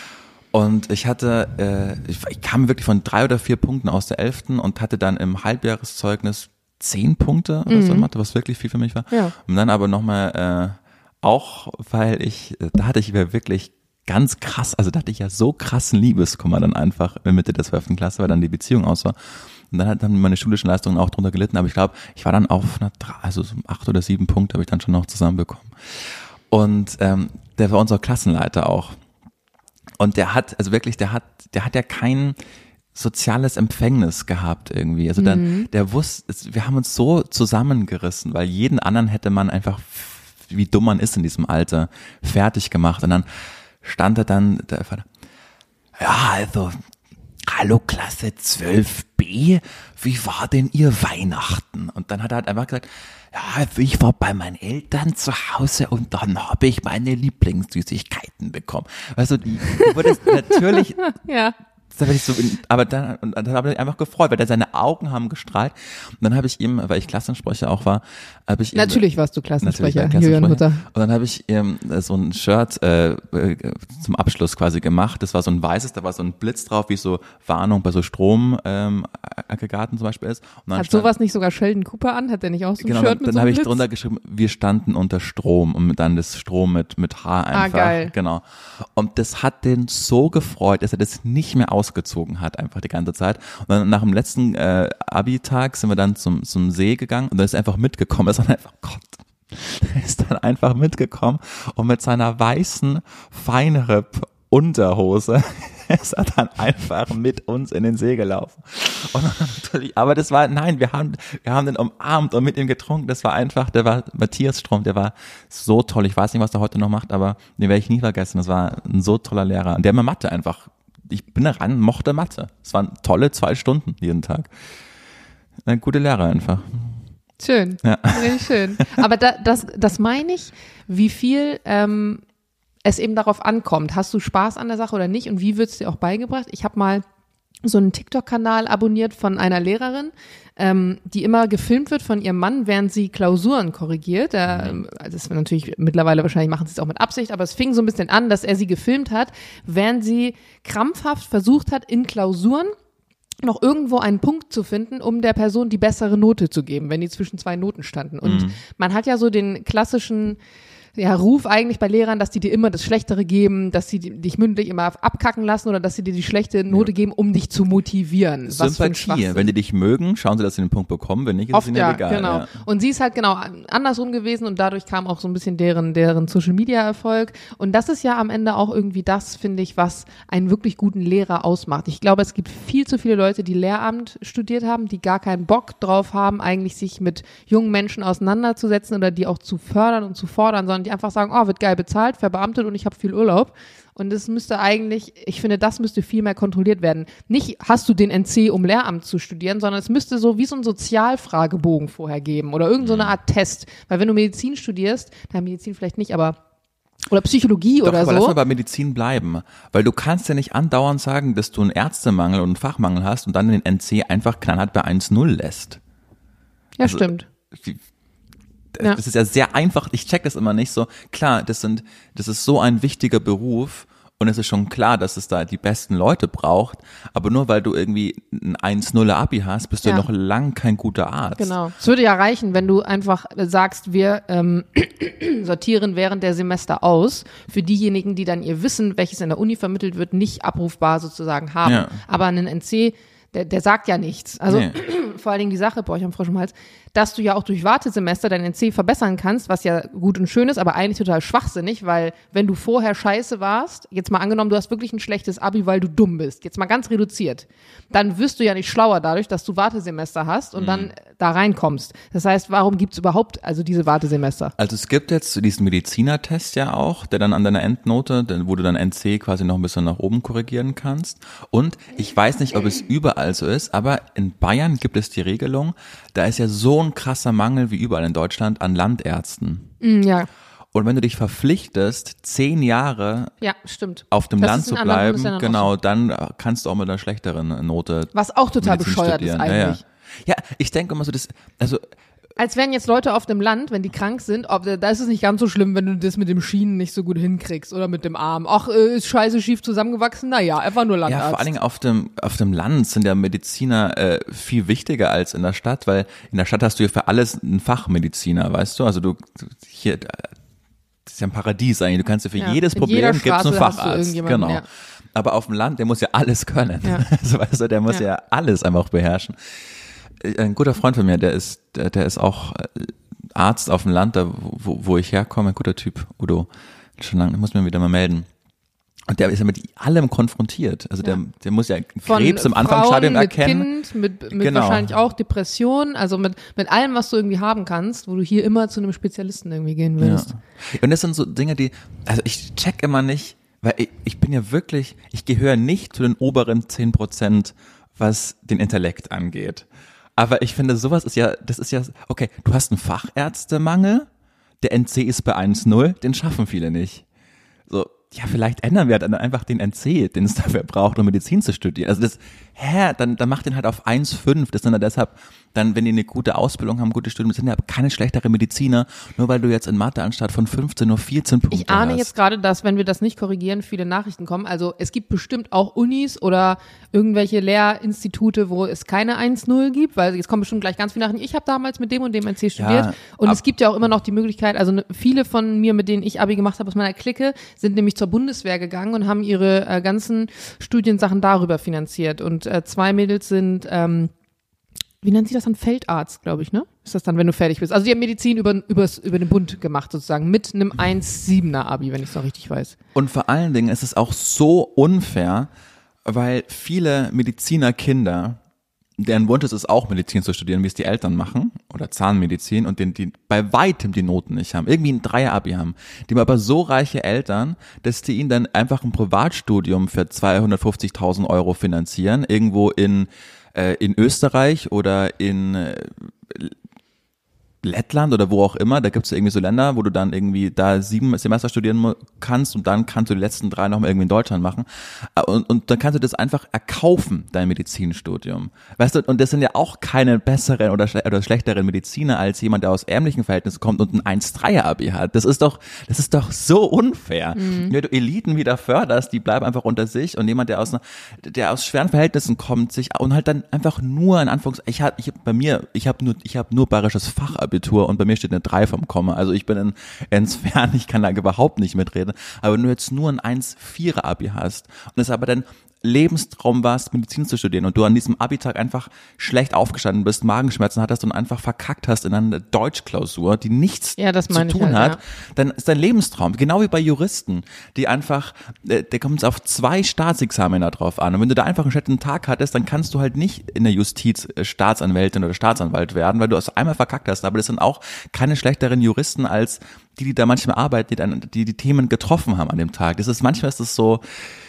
Und ich hatte, äh, ich, ich kam wirklich von drei oder vier Punkten aus der elften und hatte dann im Halbjahreszeugnis zehn Punkte oder so in Mathe, was wirklich viel für mich war. Ja. Und dann aber nochmal, äh, auch weil ich, da hatte ich wirklich ganz krass, also da hatte ich ja so krassen Liebeskummer dann einfach in Mitte der zwölften Klasse, weil dann die Beziehung aus war. Und dann hat dann meine schulischen Leistungen auch drunter gelitten, aber ich glaube, ich war dann auf einer, drei, also so acht oder sieben Punkte habe ich dann schon noch zusammenbekommen. Und ähm, der war unser Klassenleiter auch. Und der hat, also wirklich, der hat, der hat ja kein soziales Empfängnis gehabt irgendwie. Also dann, der wusste, es- wir haben uns so zusammengerissen, weil jeden anderen hätte man einfach, wie dumm man ist in diesem Alter, fertig gemacht. Und dann stand er dann, der Vater, ja, also, hallo Klasse zwölf b, wie war denn ihr Weihnachten? Und dann hat er halt einfach gesagt, ja, ich war bei meinen Eltern zu Hause und dann habe ich meine Lieblingssüßigkeiten bekommen. Also die, die wurde natürlich, ja. das habe ich so, aber dann, und dann habe ich einfach gefreut, weil da seine Augen haben gestrahlt. Und dann habe ich ihm, weil ich Klassensprecher auch war, habe ich ihm, Natürlich warst du Klassensprecher, Klassensprecher. Julian Hutter. Und dann habe ich ihm so ein Shirt äh, zum Abschluss quasi gemacht. Das war so ein weißes, da war so ein Blitz drauf, wie so Warnung bei so Stromaggregaten ähm, zum Beispiel ist. Und dann Hat stand, sowas nicht sogar Sheldon Cooper an? Hat der nicht auch so ein genau, Shirt dann, mit dann so habe einem ich Blitz? drunter geschrieben, wir standen unter Strom und dann das Strom mit mit H einfach. Ah, geil. Genau. Und das hat den so gefreut, dass er das nicht mehr ausgezogen hat, einfach die ganze Zeit. Und dann nach dem letzten äh, Abi-Tag sind wir dann zum zum See gegangen und dann ist er einfach mitgekommen. Das war einfach Gott. Er ist dann einfach mitgekommen und mit seiner weißen Feinripp-Unterhose ist er dann einfach mit uns in den See gelaufen. Und dann natürlich, aber das war, nein, wir haben, wir haben den umarmt und mit ihm getrunken. Das war einfach, der war Matthias Strom, der war so toll. Ich weiß nicht, was er heute noch macht, aber den werde ich nie vergessen. Das war ein so toller Lehrer. Und der hat mir Mathe einfach, ich bin da ran, mochte Mathe. Es waren tolle zwei Stunden jeden Tag. Ein guter Lehrer einfach. Schön, Ja. richtig schön. Aber da, das, das meine ich, wie viel ähm, es eben darauf ankommt. Hast du Spaß an der Sache oder nicht? Und wie wird es dir auch beigebracht? Ich habe mal so einen TikTok-Kanal abonniert von einer Lehrerin, ähm, die immer gefilmt wird von ihrem Mann, während sie Klausuren korrigiert. Da, also das war natürlich mittlerweile, wahrscheinlich machen sie es auch mit Absicht, aber es fing so ein bisschen an, dass er sie gefilmt hat, während sie krampfhaft versucht hat, in Klausuren noch irgendwo einen Punkt zu finden, um der Person die bessere Note zu geben, wenn die zwischen zwei Noten standen. Und mhm. man hat ja so den klassischen ja, Ruf eigentlich bei Lehrern, dass die dir immer das Schlechtere geben, dass sie dich mündlich immer abkacken lassen oder dass sie dir die schlechte Note ja. geben, um dich zu motivieren. Sympathie. Wenn die dich mögen, schauen sie, dass sie den Punkt bekommen. Wenn nicht, ist Oft, es ihnen ja, egal. Genau. Ja. Und sie ist halt genau andersrum gewesen und dadurch kam auch so ein bisschen deren, deren Social-Media-Erfolg. Und das ist ja am Ende auch irgendwie das, finde ich, was einen wirklich guten Lehrer ausmacht. Ich glaube, es gibt viel zu viele Leute, die Lehramt studiert haben, die gar keinen Bock drauf haben, eigentlich sich mit jungen Menschen auseinanderzusetzen oder die auch zu fördern und zu fordern, sondern die einfach sagen, oh, wird geil bezahlt, verbeamtet und ich habe viel Urlaub. Und das müsste eigentlich, ich finde, das müsste viel mehr kontrolliert werden. Nicht, hast du den N C, um Lehramt zu studieren, sondern es müsste so wie so ein Sozialfragebogen vorher geben oder irgend so eine Art Test. Weil wenn du Medizin studierst, na, Medizin vielleicht nicht, aber oder Psychologie Doch, oder aber so. Lass mal bei Medizin bleiben, weil du kannst ja nicht andauernd sagen, dass du einen Ärztemangel und einen Fachmangel hast und dann den N C einfach knallhart bei eins null lässt. Ja, also, stimmt. Wie, Das ja. ist ja sehr einfach, ich check das immer nicht so. Klar, das sind, das ist so ein wichtiger Beruf und es ist schon klar, dass es da die besten Leute braucht, aber nur weil du irgendwie ein eins null Abi hast, bist du ja noch lang kein guter Arzt. Genau. Es würde ja reichen, wenn du einfach sagst, wir ähm, sortieren während der Semester aus für diejenigen, die dann ihr Wissen, welches in der Uni vermittelt wird, nicht abrufbar sozusagen haben. Ja. Aber einen N C, der, der sagt ja nichts. Also nee. Vor allen Dingen die Sache, boah, ich hab Frosch im Hals, dass du ja auch durch Wartesemester dein N C verbessern kannst, was ja gut und schön ist, aber eigentlich total schwachsinnig, weil wenn du vorher scheiße warst, jetzt mal angenommen, du hast wirklich ein schlechtes Abi, weil du dumm bist, jetzt mal ganz reduziert, dann wirst du ja nicht schlauer dadurch, dass du Wartesemester hast und mhm. dann da reinkommst. Das heißt, warum gibt's überhaupt also diese Wartesemester? Also es gibt jetzt diesen Medizinertest ja auch, der dann an deiner Endnote, wo du dein N C quasi noch ein bisschen nach oben korrigieren kannst. Und ich weiß nicht, ob es überall so ist, aber in Bayern gibt es die Regelung, da ist ja so ein krasser Mangel wie überall in Deutschland an Landärzten. Mm, ja. Und wenn du dich verpflichtest, zehn Jahre ja, stimmt. auf dem das Land zu bleiben, genau, so. dann kannst du auch mit einer schlechteren Note was auch total Medizin bescheuert studieren. ist eigentlich. Ja, ja. ja, ich denke immer so, das, also als wären jetzt Leute auf dem Land, wenn die krank sind, ob, da ist es nicht ganz so schlimm, wenn du das mit dem Schienen nicht so gut hinkriegst oder mit dem Arm. Ach, ist scheiße schief zusammengewachsen? Naja, einfach nur Landarzt. Ja, vor allen Dingen auf dem, auf dem Land sind ja Mediziner äh, viel wichtiger als in der Stadt, weil in der Stadt hast du ja für alles einen Fachmediziner, weißt du? Also du, hier, das ist ja ein Paradies eigentlich. Du kannst ja für ja, jedes Problem gibt's einen Facharzt. Genau. Ja. Aber auf dem Land, der muss ja alles können. Ja. Also, weißt du, der muss ja. ja alles einfach beherrschen. Ein guter Freund von mir, der ist, der, der ist auch Arzt auf dem Land, da wo, wo ich herkomme, ein guter Typ, Udo, schon lange, muss mir wieder mal melden. Und der ist ja mit allem konfrontiert. Also ja. der, der muss ja Krebs Von im Anfangsstadium Frauen, erkennen. Mit Kind, mit, mit genau. wahrscheinlich auch Depressionen, also mit, mit allem, was du irgendwie haben kannst, wo du hier immer zu einem Spezialisten irgendwie gehen willst. Ja. Und das sind so Dinge, die, also ich check immer nicht, Weil ich, ich bin ja wirklich, ich gehöre nicht zu den oberen zehn Prozent, was den Intellekt angeht. Aber ich finde, sowas ist ja, das ist ja, okay, du hast einen Fachärztemangel, der N C ist bei eins null, den schaffen viele nicht. So, ja, vielleicht ändern wir dann einfach den N C, den es dafür braucht, um Medizin zu studieren. Also das, hä, dann, dann macht den halt auf eins Komma fünf. Das sind ja deshalb, dann, wenn die eine gute Ausbildung haben, gute Studium, sind ja keine schlechtere Mediziner, nur weil du jetzt in Mathe anstatt von fünfzehn nur vierzehn Punkte hast. Ich ahne jetzt gerade, dass, wenn wir das nicht korrigieren, viele Nachrichten kommen. Also es gibt bestimmt auch Unis oder irgendwelche Lehrinstitute, wo es keine eins null gibt, weil jetzt kommen bestimmt gleich ganz viele Nachrichten. Ich habe damals mit dem und dem N C studiert. Ja, und es gibt ja auch immer noch die Möglichkeit, also ne, viele von mir, mit denen ich Abi gemacht habe aus meiner Clique, sind nämlich zur Bundeswehr gegangen und haben ihre äh, ganzen Studiensachen darüber finanziert. Und äh, zwei Mädels sind, ähm, wie nennt sich das dann? Feldarzt, glaube ich, ne? Ist das dann, wenn du fertig bist? Also die haben Medizin über, übers, über den Bund gemacht sozusagen, mit einem eins Komma siebener Abi, wenn ich es noch richtig weiß. Und vor allen Dingen ist es auch so unfair, weil viele Medizinerkinder, deren Wunsch ist es auch, Medizin zu studieren, wie es die Eltern machen, oder Zahnmedizin, und den, die bei weitem die Noten nicht haben, irgendwie ein Dreier-Abi haben. Die haben aber so reiche Eltern, dass die ihnen dann einfach ein Privatstudium für zweihundertfünfzigtausend Euro finanzieren, irgendwo in, äh, in Österreich oder in äh, Lettland oder wo auch immer, da gibt es irgendwie so Länder, wo du dann irgendwie da sieben Semester studieren kannst und dann kannst du die letzten drei nochmal irgendwie in Deutschland machen und, und dann kannst du das einfach erkaufen, dein Medizinstudium. Weißt du, und das sind ja auch keine besseren oder, schle- oder schlechteren Mediziner als jemand, der aus ärmlichen Verhältnissen kommt und ein eins Komma drei Abi hat. Das ist doch, das ist doch so unfair. Mhm. Wenn du Eliten wieder förderst, die bleiben einfach unter sich und jemand, der aus, einer, der aus schweren Verhältnissen kommt, sich und halt dann einfach nur in Anführungszeichen, ich hab, ich, bei mir, ich habe nur, ich habe nur bayerisches Fachabi und bei mir steht eine drei vom Komma. Also ich bin in entfernt, ich kann da überhaupt nicht mitreden. Aber wenn du jetzt nur ein eins Komma vierer Abi hast und es aber dann Lebenstraum warst, Medizin zu studieren und du an diesem Abi-Tag einfach schlecht aufgestanden bist, Magenschmerzen hattest und einfach verkackt hast in einer Deutschklausur, die nichts ja, das zu tun halt, hat, ja. Dann ist dein Lebenstraum, genau wie bei Juristen, die einfach, äh, da kommt es auf zwei Staatsexaminer drauf an. Und wenn du da einfach einen schlechten Tag hattest, dann kannst du halt nicht in der Justiz äh, Staatsanwältin oder Staatsanwalt werden, weil du es einmal verkackt hast. Aber das sind auch keine schlechteren Juristen als die, die da manchmal arbeiten, die dann die, die Themen getroffen haben an dem Tag. Das ist, manchmal ist es so,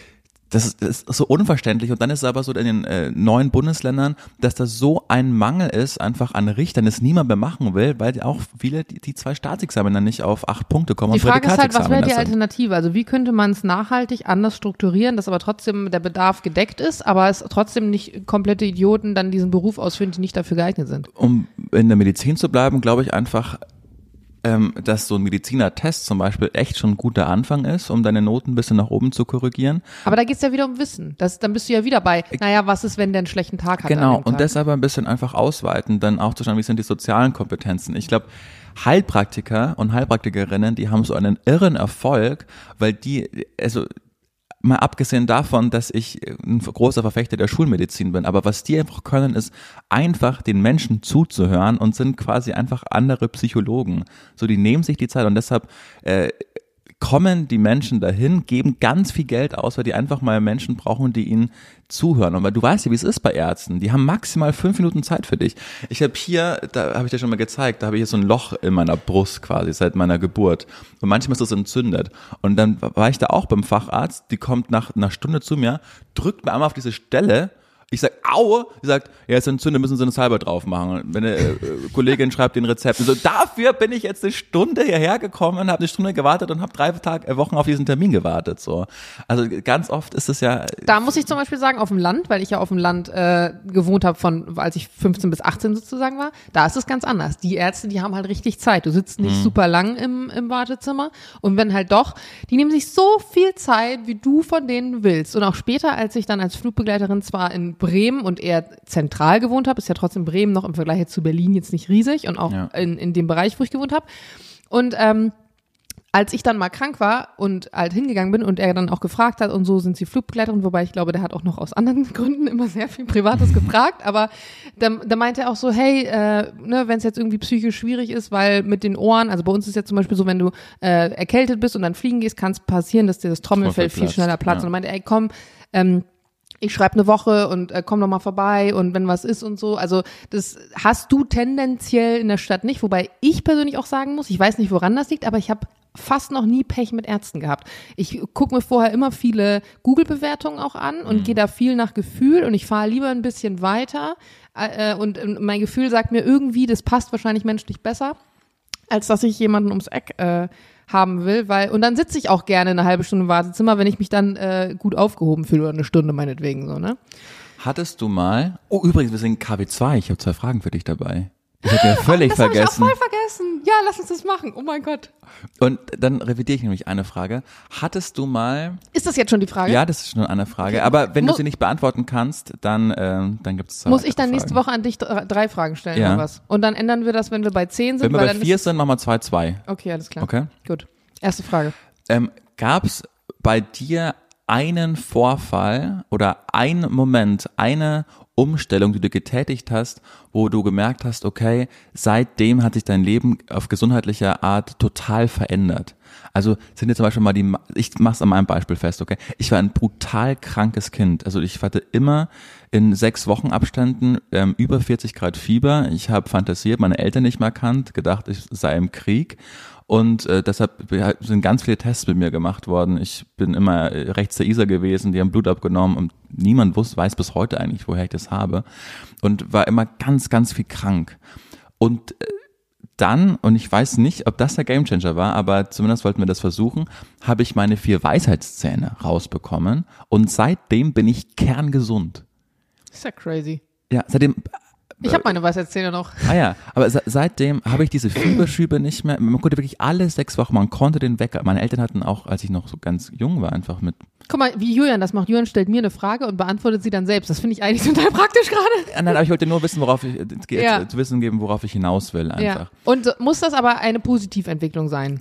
Das ist, das ist so unverständlich und dann ist es aber so in den äh, neuen Bundesländern, dass da so ein Mangel ist, einfach an Richtern, das niemand mehr machen will, weil auch viele die, die zwei Staatsexaminer nicht auf acht Punkte kommen. Die Frage ist halt, was wäre die Alternative? Also wie könnte man es nachhaltig anders strukturieren, dass aber trotzdem der Bedarf gedeckt ist, aber es trotzdem nicht komplette Idioten dann diesen Beruf ausführen, die nicht dafür geeignet sind? Um in der Medizin zu bleiben, glaube ich einfach, Ähm, dass so ein Medizinertest zum Beispiel echt schon ein guter Anfang ist, um deine Noten ein bisschen nach oben zu korrigieren. Aber da geht's ja wieder um Wissen. Das, dann bist du ja wieder bei, naja, was ist, wenn der einen schlechten Tag hat? Genau, und das aber ein bisschen einfach ausweiten, dann auch zu schauen, wie sind die sozialen Kompetenzen. Ich glaube, Heilpraktiker und Heilpraktikerinnen, die haben so einen irren Erfolg, weil die, also mal abgesehen davon, dass ich ein großer Verfechter der Schulmedizin bin, aber was die einfach können, ist einfach den Menschen zuzuhören und sind quasi einfach andere Psychologen. So, die nehmen sich die Zeit und deshalb äh, kommen die Menschen dahin, geben ganz viel Geld aus, weil die einfach mal Menschen brauchen, die ihnen zuhören. Und weil du weißt ja, wie es ist bei Ärzten. Die haben maximal fünf Minuten Zeit für dich. Ich habe hier, da habe ich dir schon mal gezeigt, da habe ich hier so ein Loch in meiner Brust quasi seit meiner Geburt. Und manchmal ist das entzündet. Und dann war ich da auch beim Facharzt, die kommt nach einer Stunde zu mir, drückt mir einmal auf diese Stelle. Ich sag, au, sie sagt, ja, ist entzündet, müssen Sie eine Salbe drauf machen. Wenn eine äh, Kollegin schreibt den Rezept. Und so, dafür bin ich jetzt eine Stunde hierher gekommen, habe eine Stunde gewartet und habe drei Tage, äh, Wochen auf diesen Termin gewartet. So, also ganz oft ist es ja. Da muss ich zum Beispiel sagen, auf dem Land, weil ich ja auf dem Land äh, gewohnt habe, von als ich fünfzehn bis achtzehn sozusagen war, da ist es ganz anders. Die Ärzte, die haben halt richtig Zeit. Du sitzt nicht mhm. super lang im, im Wartezimmer und wenn halt doch, die nehmen sich so viel Zeit, wie du von denen willst. Und auch später, als ich dann als Flugbegleiterin zwar in Bremen und eher zentral gewohnt habe, ist ja trotzdem Bremen noch im Vergleich zu Berlin jetzt nicht riesig und auch ja. in, in dem Bereich, wo ich gewohnt habe. Und ähm, als ich dann mal krank war und halt hingegangen bin und er dann auch gefragt hat und so, sind Sie Flugbegleiterin, wobei ich glaube, der hat auch noch aus anderen Gründen immer sehr viel Privates gefragt, aber da, da meinte er auch so, hey, äh, ne, wenn es jetzt irgendwie psychisch schwierig ist, weil mit den Ohren, also bei uns ist jetzt zum Beispiel so, wenn du äh, erkältet bist und dann fliegen gehst, kann es passieren, dass dir das Trommelfell viel schneller platzt. Ja. Und er meinte, ey, komm, ähm, ich schreibe eine Woche und äh, komm doch mal vorbei und wenn was ist und so. Also das hast du tendenziell in der Stadt nicht, wobei ich persönlich auch sagen muss, ich weiß nicht, woran das liegt, aber ich habe fast noch nie Pech mit Ärzten gehabt. Ich gucke mir vorher immer viele Google-Bewertungen auch an und mhm. gehe da viel nach Gefühl und ich fahre lieber ein bisschen weiter äh, und äh, mein Gefühl sagt mir irgendwie, das passt wahrscheinlich menschlich besser, als dass ich jemanden ums Eck äh, haben will, weil und dann sitze ich auch gerne eine halbe Stunde im Wartezimmer, wenn ich mich dann äh, gut aufgehoben fühle oder eine Stunde meinetwegen so, ne? Hattest du mal, oh übrigens, wir sind K W zwei, ich habe zwei Fragen für dich dabei. Ich hätte ja völlig das vergessen. Das habe ich auch voll vergessen. Ja, lass uns das machen. Oh mein Gott. Und dann revidiere ich nämlich eine Frage. Hattest du mal... Ist das jetzt schon die Frage? Ja, das ist schon eine Frage. Okay. Aber wenn Mo- du sie nicht beantworten kannst, dann, ähm, dann gibt es... Muss ich dann nächste Woche an dich drei Fragen stellen ja. oder was? Und dann ändern wir das, wenn wir bei zehn sind? Wenn wir bei vier sind, machen wir zwei, zwei. Okay, alles klar. Okay. Gut. Erste Frage. Ähm, gab es bei dir einen Vorfall oder einen Moment, eine Umstellung, die du getätigt hast, wo du gemerkt hast, okay, seitdem hat sich dein Leben auf gesundheitlicher Art total verändert? Also sind jetzt zum Beispiel mal die, ich mach's an meinem Beispiel fest, okay? Ich war ein brutal krankes Kind. Also ich hatte immer in sechs Wochen Abständen ähm, über vierzig Grad Fieber. Ich habe fantasiert, meine Eltern nicht mehr kannt, gedacht, ich sei im Krieg. Und äh, deshalb sind ganz viele Tests mit mir gemacht worden. Ich bin immer rechts der Isar gewesen, die haben Blut abgenommen und niemand wusste, weiß bis heute eigentlich, woher ich das habe. Und war immer ganz, ganz viel krank. Und äh, dann, und ich weiß nicht, ob das der Gamechanger war, aber zumindest wollten wir das versuchen, habe ich meine vier Weisheitszähne rausbekommen und seitdem bin ich kerngesund. Ist ja crazy. Ja, seitdem... Ich habe meine Weisheitszähne noch. Ah ja, aber se- seitdem habe ich diese Fieberschübe nicht mehr. Man konnte wirklich alle sechs Wochen, man konnte den Wecker. Meine Eltern hatten auch, als ich noch so ganz jung war, einfach mit... Guck mal, wie Julian das macht. Julian stellt mir eine Frage und beantwortet sie dann selbst. Das finde ich eigentlich total praktisch gerade. Ja, nein, aber ich wollte nur wissen, worauf ich, ja. zu wissen geben, worauf ich hinaus will einfach. Ja. Und muss das aber eine Positiventwicklung sein?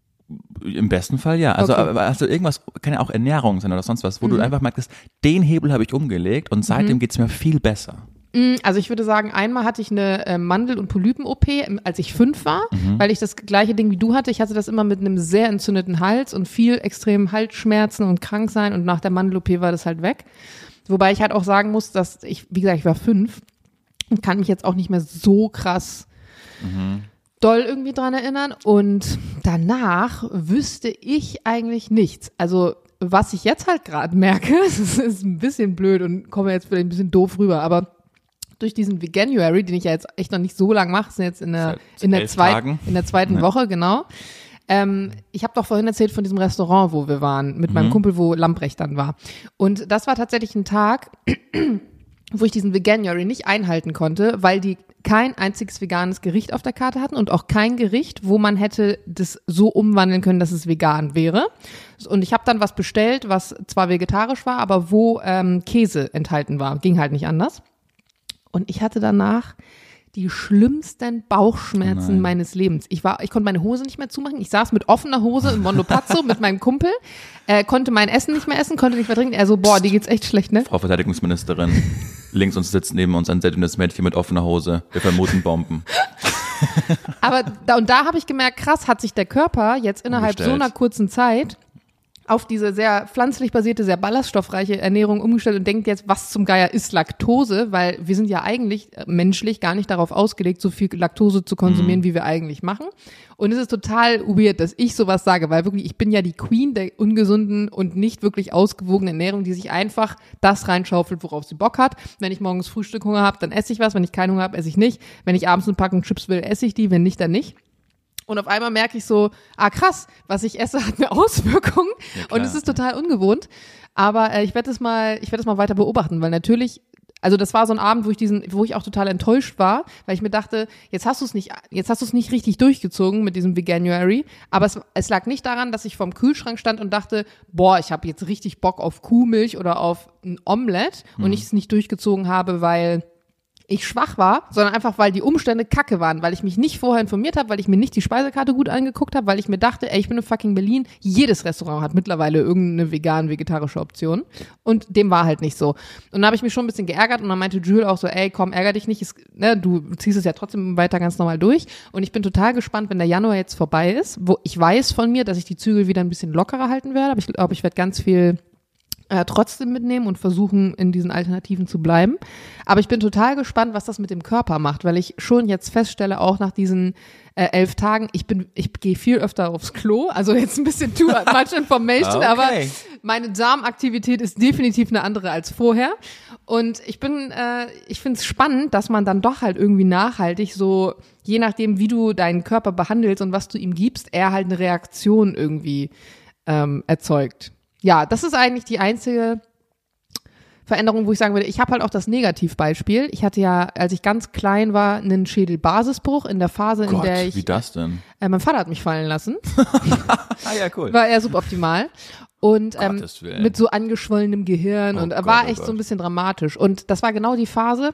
Im besten Fall ja. Also, okay. also irgendwas, kann ja auch Ernährung sein oder sonst was, wo mhm. du einfach merkst, den Hebel habe ich umgelegt und seitdem mhm. geht's mir viel besser. Also ich würde sagen, einmal hatte ich eine äh, Mandel- und Polypen-O P, als ich fünf war, mhm. weil ich das gleiche Ding wie du hatte. Ich hatte das immer mit einem sehr entzündeten Hals und viel extremen Halsschmerzen und krank sein und nach der Mandel-O P war das halt weg. Wobei ich halt auch sagen muss, dass ich, wie gesagt, ich war fünf und kann mich jetzt auch nicht mehr so krass mhm. doll irgendwie dran erinnern. Und danach wüsste ich eigentlich nichts. Also was ich jetzt halt gerade merke, das ist ein bisschen blöd und komme jetzt vielleicht ein bisschen doof rüber, aber durch diesen Veganuary, den ich ja jetzt echt noch nicht so lang mache, sind jetzt in der, in der, zweiten, in der zweiten ja. Woche, genau. Ähm, ich habe doch vorhin erzählt von diesem Restaurant, wo wir waren, mit mhm. meinem Kumpel, wo Lamprecht dann war. Und das war tatsächlich ein Tag, wo ich diesen Veganuary nicht einhalten konnte, weil die kein einziges veganes Gericht auf der Karte hatten und auch kein Gericht, wo man hätte das so umwandeln können, dass es vegan wäre. Und ich habe dann was bestellt, was zwar vegetarisch war, aber wo ähm, Käse enthalten war. Ging halt nicht anders. Und ich hatte danach die schlimmsten Bauchschmerzen oh meines Lebens. Ich war, ich konnte meine Hose nicht mehr zumachen. Ich saß mit offener Hose im Mondopazzo mit meinem Kumpel, äh, konnte mein Essen nicht mehr essen, konnte nicht mehr trinken. Er so, boah, dir geht's echt schlecht, ne? Frau Verteidigungsministerin, links uns sitzt neben uns ein sehr dünnes Mädchen mit offener Hose. Wir vermuten Bomben. Aber da, und da habe ich gemerkt, krass, hat sich der Körper jetzt innerhalb Umgestellt. so einer kurzen Zeit auf diese sehr pflanzlich basierte, sehr ballaststoffreiche Ernährung umgestellt und denkt jetzt, was zum Geier ist Laktose, weil wir sind ja eigentlich menschlich gar nicht darauf ausgelegt, so viel Laktose zu konsumieren, mhm. wie wir eigentlich machen. Und es ist total weird, dass ich sowas sage, weil wirklich, ich bin ja die Queen der ungesunden und nicht wirklich ausgewogenen Ernährung, die sich einfach das reinschaufelt, worauf sie Bock hat. Wenn ich morgens Frühstück Hunger habe, dann esse ich was. Wenn ich keinen Hunger habe, esse ich nicht. Wenn ich abends eine Packung Chips will, esse ich die. Wenn nicht, dann nicht. Und auf einmal merke ich so, ah krass, was ich esse, hat eine Auswirkung. Ja, und es ist total ungewohnt. Aber äh, ich werde das mal, ich werde das mal weiter beobachten, weil natürlich, also das war so ein Abend, wo ich diesen, wo ich auch total enttäuscht war, weil ich mir dachte, jetzt hast du es nicht, jetzt hast du es nicht richtig durchgezogen mit diesem Veganuary. Aber es, es lag nicht daran, dass ich vorm Kühlschrank stand und dachte, boah, ich habe jetzt richtig Bock auf Kuhmilch oder auf ein Omelett mhm. und ich es nicht durchgezogen habe, weil ich schwach war, sondern einfach, weil die Umstände kacke waren, weil ich mich nicht vorher informiert habe, weil ich mir nicht die Speisekarte gut angeguckt habe, weil ich mir dachte, ey, ich bin in fucking Berlin, jedes Restaurant hat mittlerweile irgendeine vegan-vegetarische Option und dem war halt nicht so. Und dann habe ich mich schon ein bisschen geärgert und dann meinte Jules auch so, ey, komm, ärger dich nicht, es, ne, du ziehst es ja trotzdem weiter ganz normal durch und ich bin total gespannt, wenn der Januar jetzt vorbei ist, wo ich weiß von mir, dass ich die Zügel wieder ein bisschen lockerer halten werde, aber ich glaube, ich werde ganz viel äh, trotzdem mitnehmen und versuchen, in diesen Alternativen zu bleiben. Aber ich bin total gespannt, was das mit dem Körper macht, weil ich schon jetzt feststelle, auch nach diesen äh, elf Tagen, ich bin, ich gehe viel öfter aufs Klo, also jetzt ein bisschen too much information, Okay. aber meine Darmaktivität ist definitiv eine andere als vorher. Und ich bin, äh, ich finde es spannend, dass man dann doch halt irgendwie nachhaltig so, je nachdem, wie du deinen Körper behandelst und was du ihm gibst, er halt eine Reaktion irgendwie ähm, erzeugt. Ja, das ist eigentlich die einzige Veränderung, wo ich sagen würde, ich habe halt auch das Negativbeispiel. Ich hatte ja, als ich ganz klein war, einen Schädelbasisbruch in der Phase, Gott, in der ich... wie das denn? Äh, mein Vater hat mich fallen lassen. Ah ja, cool. War eher suboptimal. Und ähm, Gottes Willen. mit so angeschwollenem Gehirn Oh und Gott, war oh echt Gott. so ein bisschen dramatisch. Und das war genau die Phase,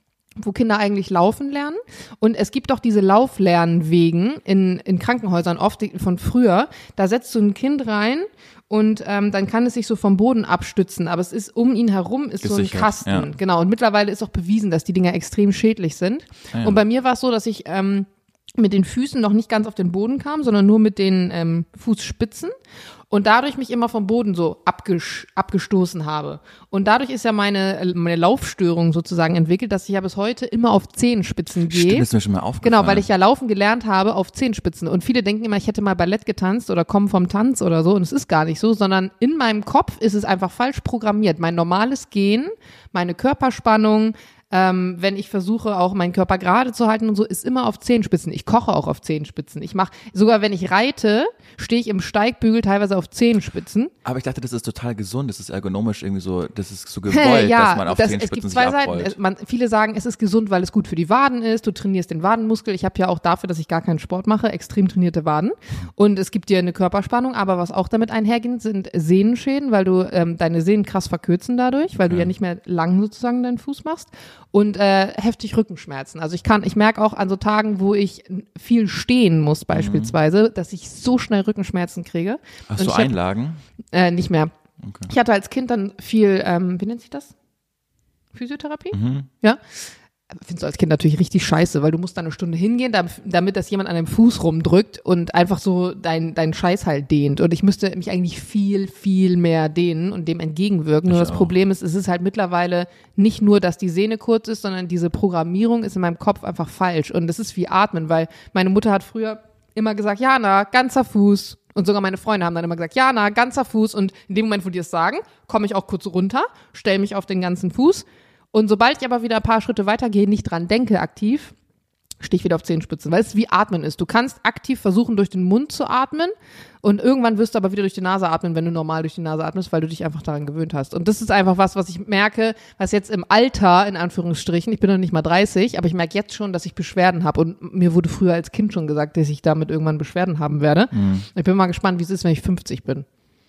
wo Kinder eigentlich laufen lernen. Und es gibt doch diese Lauflernwegen in, in Krankenhäusern, oft die- von früher. Da setzt du ein Kind rein und ähm, dann kann es sich so vom Boden abstützen. Aber es ist um ihn herum ist so ein Gesichert, Kasten. ja. Genau. Und mittlerweile ist auch bewiesen, dass die Dinger extrem schädlich sind. Ah ja. Und bei mir war es so, dass ich ähm, mit den Füßen noch nicht ganz auf den Boden kam, sondern nur mit den ähm, Fußspitzen und dadurch mich immer vom Boden so abges- abgestoßen habe. Und dadurch ist ja meine, meine Laufstörung sozusagen entwickelt, dass ich ja bis heute immer auf Zehenspitzen gehe. Stimmt, das ist mir schon mal aufgefallen. Genau, weil ich ja laufen gelernt habe auf Zehenspitzen. Und viele denken immer, ich hätte mal Ballett getanzt oder kommen vom Tanz oder so. Und es ist gar nicht so, sondern in meinem Kopf ist es einfach falsch programmiert. Mein normales Gehen, meine Körperspannung, ähm, wenn ich versuche, auch meinen Körper gerade zu halten und so, ist immer auf Zehenspitzen. Ich koche auch auf Zehenspitzen. Ich mache, sogar wenn ich reite, stehe ich im Steigbügel teilweise auf Zehenspitzen. Aber ich dachte, das ist total gesund, das ist ergonomisch irgendwie so, das ist so gewollt, ja, dass man auf das, zehn es Spitzen gibt zwei sich Seiten. abrollt. Es, man, viele sagen, es ist gesund, weil es gut für die Waden ist. Du trainierst den Wadenmuskel. Ich habe ja auch dafür, dass ich gar keinen Sport mache, extrem trainierte Waden. Und es gibt dir eine Körperspannung. Aber was auch damit einhergeht, sind Sehnenschäden, weil du ähm, deine Sehnen krass verkürzen dadurch, weil du ja nicht mehr lang sozusagen deinen Fuß machst. Und äh, heftig Rückenschmerzen. Also ich kann, ich merke auch an so Tagen, wo ich viel stehen muss beispielsweise, Mhm. dass ich so schnell Rückenschmerzen kriege. Hast Und du ich hab- Einlagen? Äh, nicht mehr. Okay. Ich hatte als Kind dann viel, ähm, wie nennt sich das? Physiotherapie? Mhm. Ja. Findest du als Kind natürlich richtig scheiße, weil du musst da eine Stunde hingehen, dam- damit das jemand an dem Fuß rumdrückt und einfach so dein, dein Scheiß halt dehnt. Und ich müsste mich eigentlich viel, viel mehr dehnen und dem entgegenwirken. Nur Ich das auch. Problem ist, es ist halt mittlerweile nicht nur, dass die Sehne kurz ist, sondern diese Programmierung ist in meinem Kopf einfach falsch. Und das ist wie Atmen, weil meine Mutter hat früher immer gesagt, Jana, ganzer Fuß. Und sogar meine Freunde haben dann immer gesagt, Jana, ganzer Fuß. Und in dem Moment, wo die es sagen, komme ich auch kurz runter, stelle mich auf den ganzen Fuß. Und sobald ich aber wieder ein paar Schritte weitergehe, nicht dran denke aktiv, stehe ich wieder auf Zehenspitzen, weil es wie Atmen ist. Du kannst aktiv versuchen, durch den Mund zu atmen und irgendwann wirst du aber wieder durch die Nase atmen, wenn du normal durch die Nase atmest, weil du dich einfach daran gewöhnt hast. Und das ist einfach was, was ich merke, was jetzt im Alter, in Anführungsstrichen, ich bin noch nicht mal dreißig, aber ich merke jetzt schon, dass ich Beschwerden habe. Und mir wurde früher als Kind schon gesagt, dass ich damit irgendwann Beschwerden haben werde. Mhm. Ich bin mal gespannt, wie es ist, wenn ich fünfzig bin.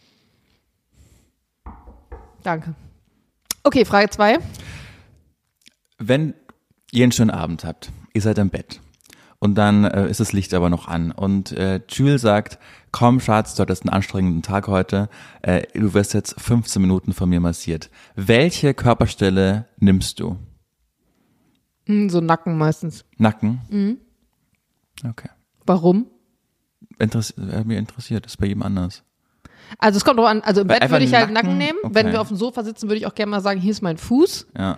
Danke. Okay, Frage zwei. Wenn ihr einen schönen Abend habt, ihr seid im Bett und dann äh, ist das Licht aber noch an und äh, Jules sagt, komm Schatz, du hattest einen anstrengenden Tag heute, äh, du wirst jetzt fünfzehn Minuten von mir massiert. Welche Körperstelle nimmst du? Hm, so Nacken meistens. Nacken? Mhm. Okay. Warum? Interess äh, mir interessiert, das ist bei jedem anders. Also es kommt drauf an, also im Weil Bett einfach würde ich halt Nacken? Nacken nehmen. Okay. Wenn wir auf dem Sofa sitzen, würde ich auch gerne mal sagen, hier ist mein Fuß. Ja.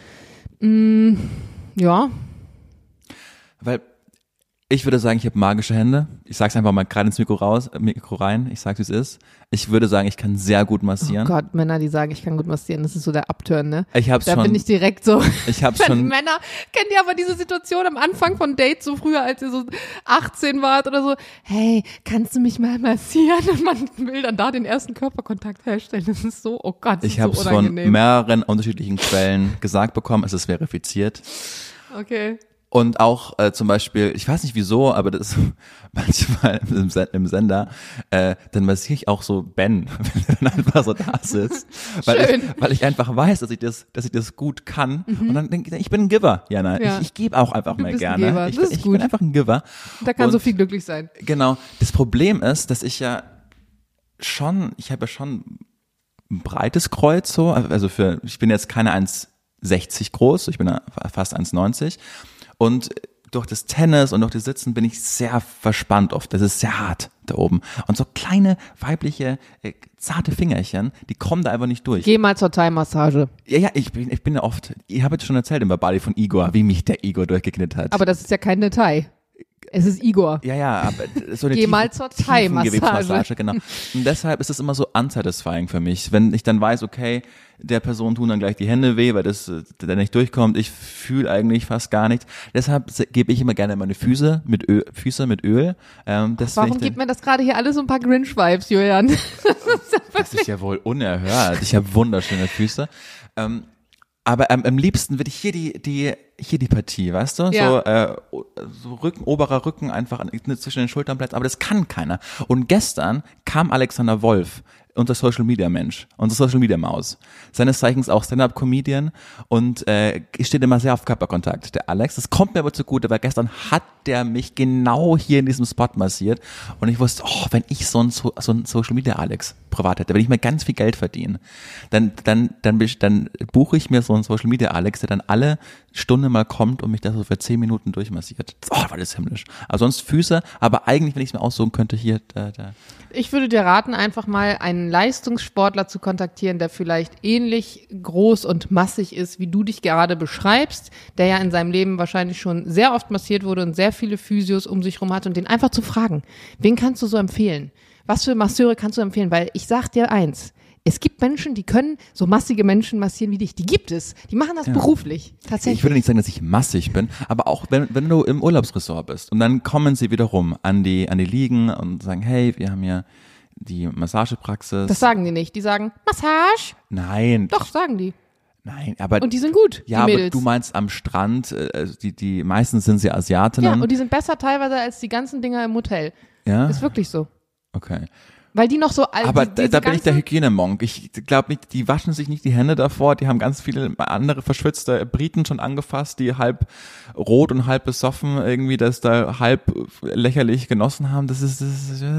Ja. Weil ich würde sagen, ich habe magische Hände. Ich sag's einfach mal gerade ins Mikro raus, äh, Mikro rein. Ich sag's, wie es ist. Ich würde sagen, ich kann sehr gut Oh massieren. Gott, Männer, die sagen, ich kann gut massieren, das ist so der Upturn, ne? Ich hab's Da schon. bin ich direkt so. Ich hab's Wenn schon. Männer, kennt ihr aber diese Situation am Anfang von Dates, so früher, als ihr so achtzehn wart oder so, hey, kannst du mich mal massieren? Und man will dann da den ersten Körperkontakt herstellen. Das ist so, oh Gott, das Ich ist habe so es von unangenehm. mehreren unterschiedlichen Quellen gesagt bekommen. Es ist verifiziert. Okay. Und auch äh, zum Beispiel, ich weiß nicht wieso, aber das ist manchmal im, Sen im Sender, äh, dann massiere ich auch so Ben, wenn er dann einfach so da sitzt. Weil Schön. ich, weil ich einfach weiß, dass ich das, dass ich das gut kann. Und dann denke ich, ich bin ein Giver, Jana. Ja. Ich, ich gebe auch einfach Du mal bist ein gerne. Geber. Ich, Das ist ich gut. bin einfach ein Giver. Da kann Und- so viel glücklich sein. Genau. Das Problem ist, dass ich ja schon, ich habe ja schon ein breites Kreuz so, also für, ich bin jetzt keine eins Komma sechzig groß, ich bin ja fast eins Komma neunzig und durch das Tennis und durch das Sitzen bin ich sehr verspannt oft. Das ist sehr hart da oben. Und so kleine, weibliche, äh, zarte Fingerchen, die kommen da einfach nicht durch. Geh mal zur Thai-Massage. Ja, ja, ich bin, ich bin ja oft, ich habe jetzt schon erzählt im Bali von Igor, wie mich der Igor durchgeknitt hat. Aber das ist ja keine Thai. Es ist Igor. Ja, ja, aber so eine Geh tiefen, mal zur Thai-Massage. Tiefengewebsmassage, genau. Und deshalb ist es immer so unsatisfying für mich, wenn ich dann weiß, okay, der Person tun dann gleich die Hände weh, weil das der nicht durchkommt. Ich fühle eigentlich fast gar nichts. Deshalb gebe ich immer gerne meine Füße mit Öl, Füße mit Öl. Ähm, das Warum gibt mir das gerade hier alles so ein paar Grinch-Vibes, Julian? Das ist ja Das ist ja wohl unerhört. Ich habe wunderschöne Füße. Ähm, aber ähm, am liebsten würde ich hier die, die, hier die Partie, weißt du? Ja. So, äh, so Rücken, oberer Rücken einfach zwischen den Schultern bleibt. Aber das kann keiner. Und gestern kam Alexander Wolf, unser Social Media Mensch, unser Social Media Maus. Seines Zeichens auch Stand-Up-Comedian und äh, steht immer sehr auf Körperkontakt, der Alex. Das kommt mir aber zugute, weil gestern hat der mich genau hier in diesem Spot massiert und ich wusste, oh, wenn ich so ein, so ein Social Media Alex privat hätte, wenn ich mir ganz viel Geld verdiene, dann, dann, dann, dann, dann buche ich mir so einen Social Media Alex, der dann alle Stunde mal kommt und mich da so für zehn Minuten durchmassiert. Oh, war das himmlisch. Aber sonst Füße, aber eigentlich, wenn ich es mir aussuchen könnte, hier, da, da. Ich würde dir raten, einfach mal einen Leistungssportler zu kontaktieren, der vielleicht ähnlich groß und massig ist, wie du dich gerade beschreibst, der ja in seinem Leben wahrscheinlich schon sehr oft massiert wurde und sehr viele Physios um sich rum hat und den einfach zu fragen, wen kannst du so empfehlen? Was für Masseure kannst du empfehlen? Weil ich sag dir eins, es gibt Menschen, die können so massige Menschen massieren wie dich. Die gibt es. Die machen das ja. beruflich. Tatsächlich. Ich würde nicht sagen, dass ich massig bin, aber auch wenn, wenn du im Urlaubsressort bist und dann kommen sie wieder rum an die, an die Liegen und sagen, hey, wir haben hier die Massagepraxis. Das sagen die nicht. Die sagen, Massage. Nein. Doch, sagen die. Nein, aber. Und die sind gut, ja, die aber Mädels. du meinst am Strand, äh, die, die, meistens sind sie Asiatinnen. Ja, und die sind besser teilweise als die ganzen Dinger im Hotel. Ja? Ist wirklich so. Okay. Weil die noch so alt Aber die, da, da bin ich der Hygienemonk. Ich glaube nicht, die waschen sich nicht die Hände davor. Die haben ganz viele andere verschwitzte Briten schon angefasst, die halb rot und halb besoffen irgendwie das da halb lächerlich genossen haben. Das ist, das ist äh,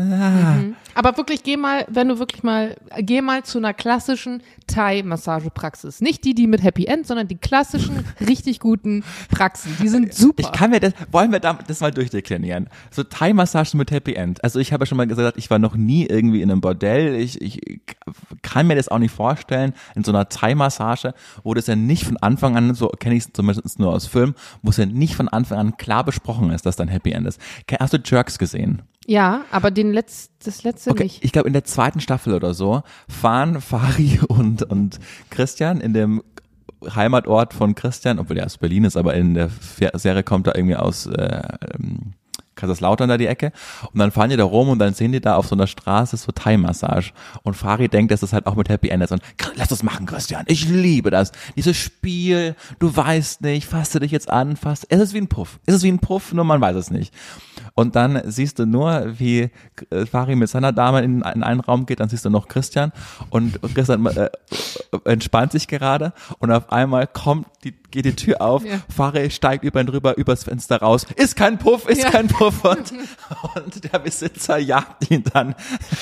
mhm. Aber wirklich, geh mal, wenn du wirklich mal, geh mal zu einer klassischen Thai-Massagepraxis. Nicht die, die mit Happy End, sondern die klassischen, richtig guten Praxen. Die sind super. Ich kann mir das, wollen wir das mal durchdeklinieren? So Thai-Massagen mit Happy End. Also ich habe ja schon mal gesagt, ich war noch nie irgendwie in einem Bordell. Ich, ich kann mir das auch nicht vorstellen, in so einer Thai-Massage, wo das ja nicht von Anfang an, so kenne ich es zumindest nur aus Filmen, wo es ja nicht von Anfang an klar besprochen ist, dass dann Happy End ist. Hast du Jerks gesehen? Ja, aber den Letz-, das letzte okay, nicht. Ich glaube, in der zweiten Staffel oder so fahren Fari und, und Christian in dem Heimatort von Christian, obwohl der aus Berlin ist, aber in der Serie kommt er irgendwie aus äh, ähm, Kaiserslautern da die Ecke und dann fahren die da rum und dann sehen die da auf so einer Straße so Thai-Massage und Fari denkt, dass das halt auch mit Happy End ist und lass das machen, Christian, ich liebe das, dieses Spiel, du weißt nicht, fasst du dich jetzt an, fasst, es ist wie ein Puff, es ist wie ein Puff, nur man weiß es nicht. Und dann siehst du nur, wie Fari mit seiner Dame in, in einen Raum geht, dann siehst du noch Christian und Christian äh, entspannt sich gerade und auf einmal kommt die, geht die Tür auf, ja. Fari steigt über ihn drüber, übers Fenster raus, ist kein Puff, ist ja. kein Puff und, und der Besitzer jagt ihn dann.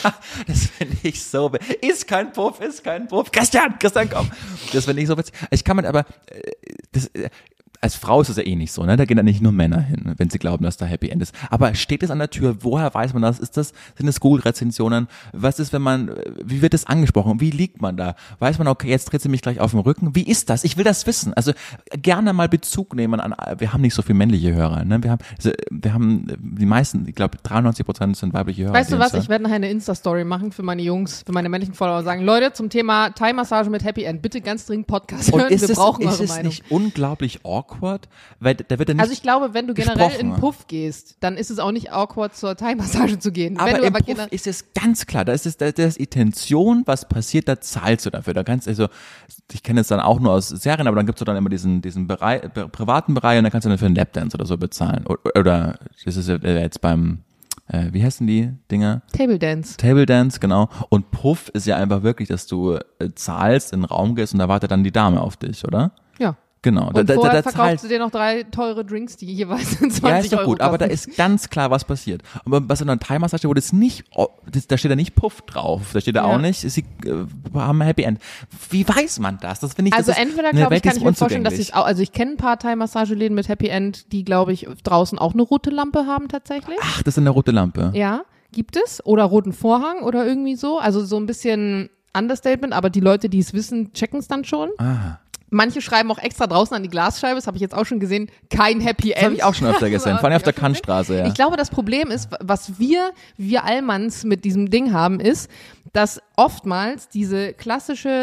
Das finde ich so, ist kein Puff, ist kein Puff, Christian, Christian, komm. Das finde ich so witzig. Ich kann mir aber, das, als Frau ist es ja eh nicht so, ne? Da gehen dann nicht nur Männer hin, wenn sie glauben, dass da Happy End ist. Aber steht es an der Tür? Woher weiß man das? Ist das, sind das Google-Rezensionen? Was ist, wenn man, wie wird das angesprochen? Wie liegt man da? Weiß man, okay, jetzt dreht sie mich gleich auf den Rücken. Wie ist das? Ich will das wissen. Also, gerne mal Bezug nehmen an, wir haben nicht so viele männliche Hörer, ne? Wir haben, also, wir haben, die meisten, ich glaube, dreiundneunzig Prozent sind weibliche Hörer. Weißt du was? Ich werde nachher eine Insta-Story machen für meine Jungs, für meine männlichen Follower und sagen, Leute, zum Thema Thai-Massage mit Happy End, bitte ganz dringend Podcast hören. Wir es, brauchen ist eure es Meinung. Nicht unglaublich awkward? Weil da wird ja nicht also ich glaube, wenn du generell gesprochen. in den Puff gehst, dann ist es auch nicht awkward, zur Thai-Massage zu gehen. Aber wenn du im aber Puff ist es ganz klar, da ist es, da, da ist Intention, was passiert, da zahlst du dafür. Da kannst also, ich kenne es dann auch nur aus Serien, aber dann gibt's so dann immer diesen, diesen Bereich, be, privaten Bereich und dann kannst du dann für einen Lapdance oder so bezahlen. Oder, oder das ist ja jetzt beim, äh, wie heißen die Dinger? Table Dance. Table Dance, genau. Und Puff ist ja einfach wirklich, dass du äh, zahlst, in den Raum gehst und da wartet dann die Dame auf dich, oder? Ja. Genau. Und da, da, vorher da, da verkauft zahlt, sie dir noch drei teure Drinks, die jeweils zwanzig ja, ist doch Euro gut, aber da kosten. ist ganz klar, was passiert. Aber bei so einer Thai-Massage, wo das nicht, oh, das, da steht da nicht Puff drauf, da steht da Ja. auch nicht, sie äh, haben ein Happy End. Wie weiß man das? Das finde ich, Also das ist entweder, eine glaube ich, Welt, die kann ist ich mir vorstellen, dass unzugänglich. sie es auch, also ich kenne ein paar Thai-Massageläden mit Happy End, die, glaube ich, draußen auch eine rote Lampe haben tatsächlich. Ach, das ist eine rote Lampe. Ja, gibt es. Oder roten Vorhang oder irgendwie so. Also so ein bisschen Understatement, aber die Leute, die es wissen, checken es dann schon. Ah. Manche schreiben auch extra draußen an die Glasscheibe, das habe ich jetzt auch schon gesehen, kein Happy End. Das habe ich auch schon öfter gesehen, vor allem auf der Ja. Kantstraße, ja. Ich glaube, das Problem ist, was wir, wir Allmanns mit diesem Ding haben, ist, dass oftmals diese klassische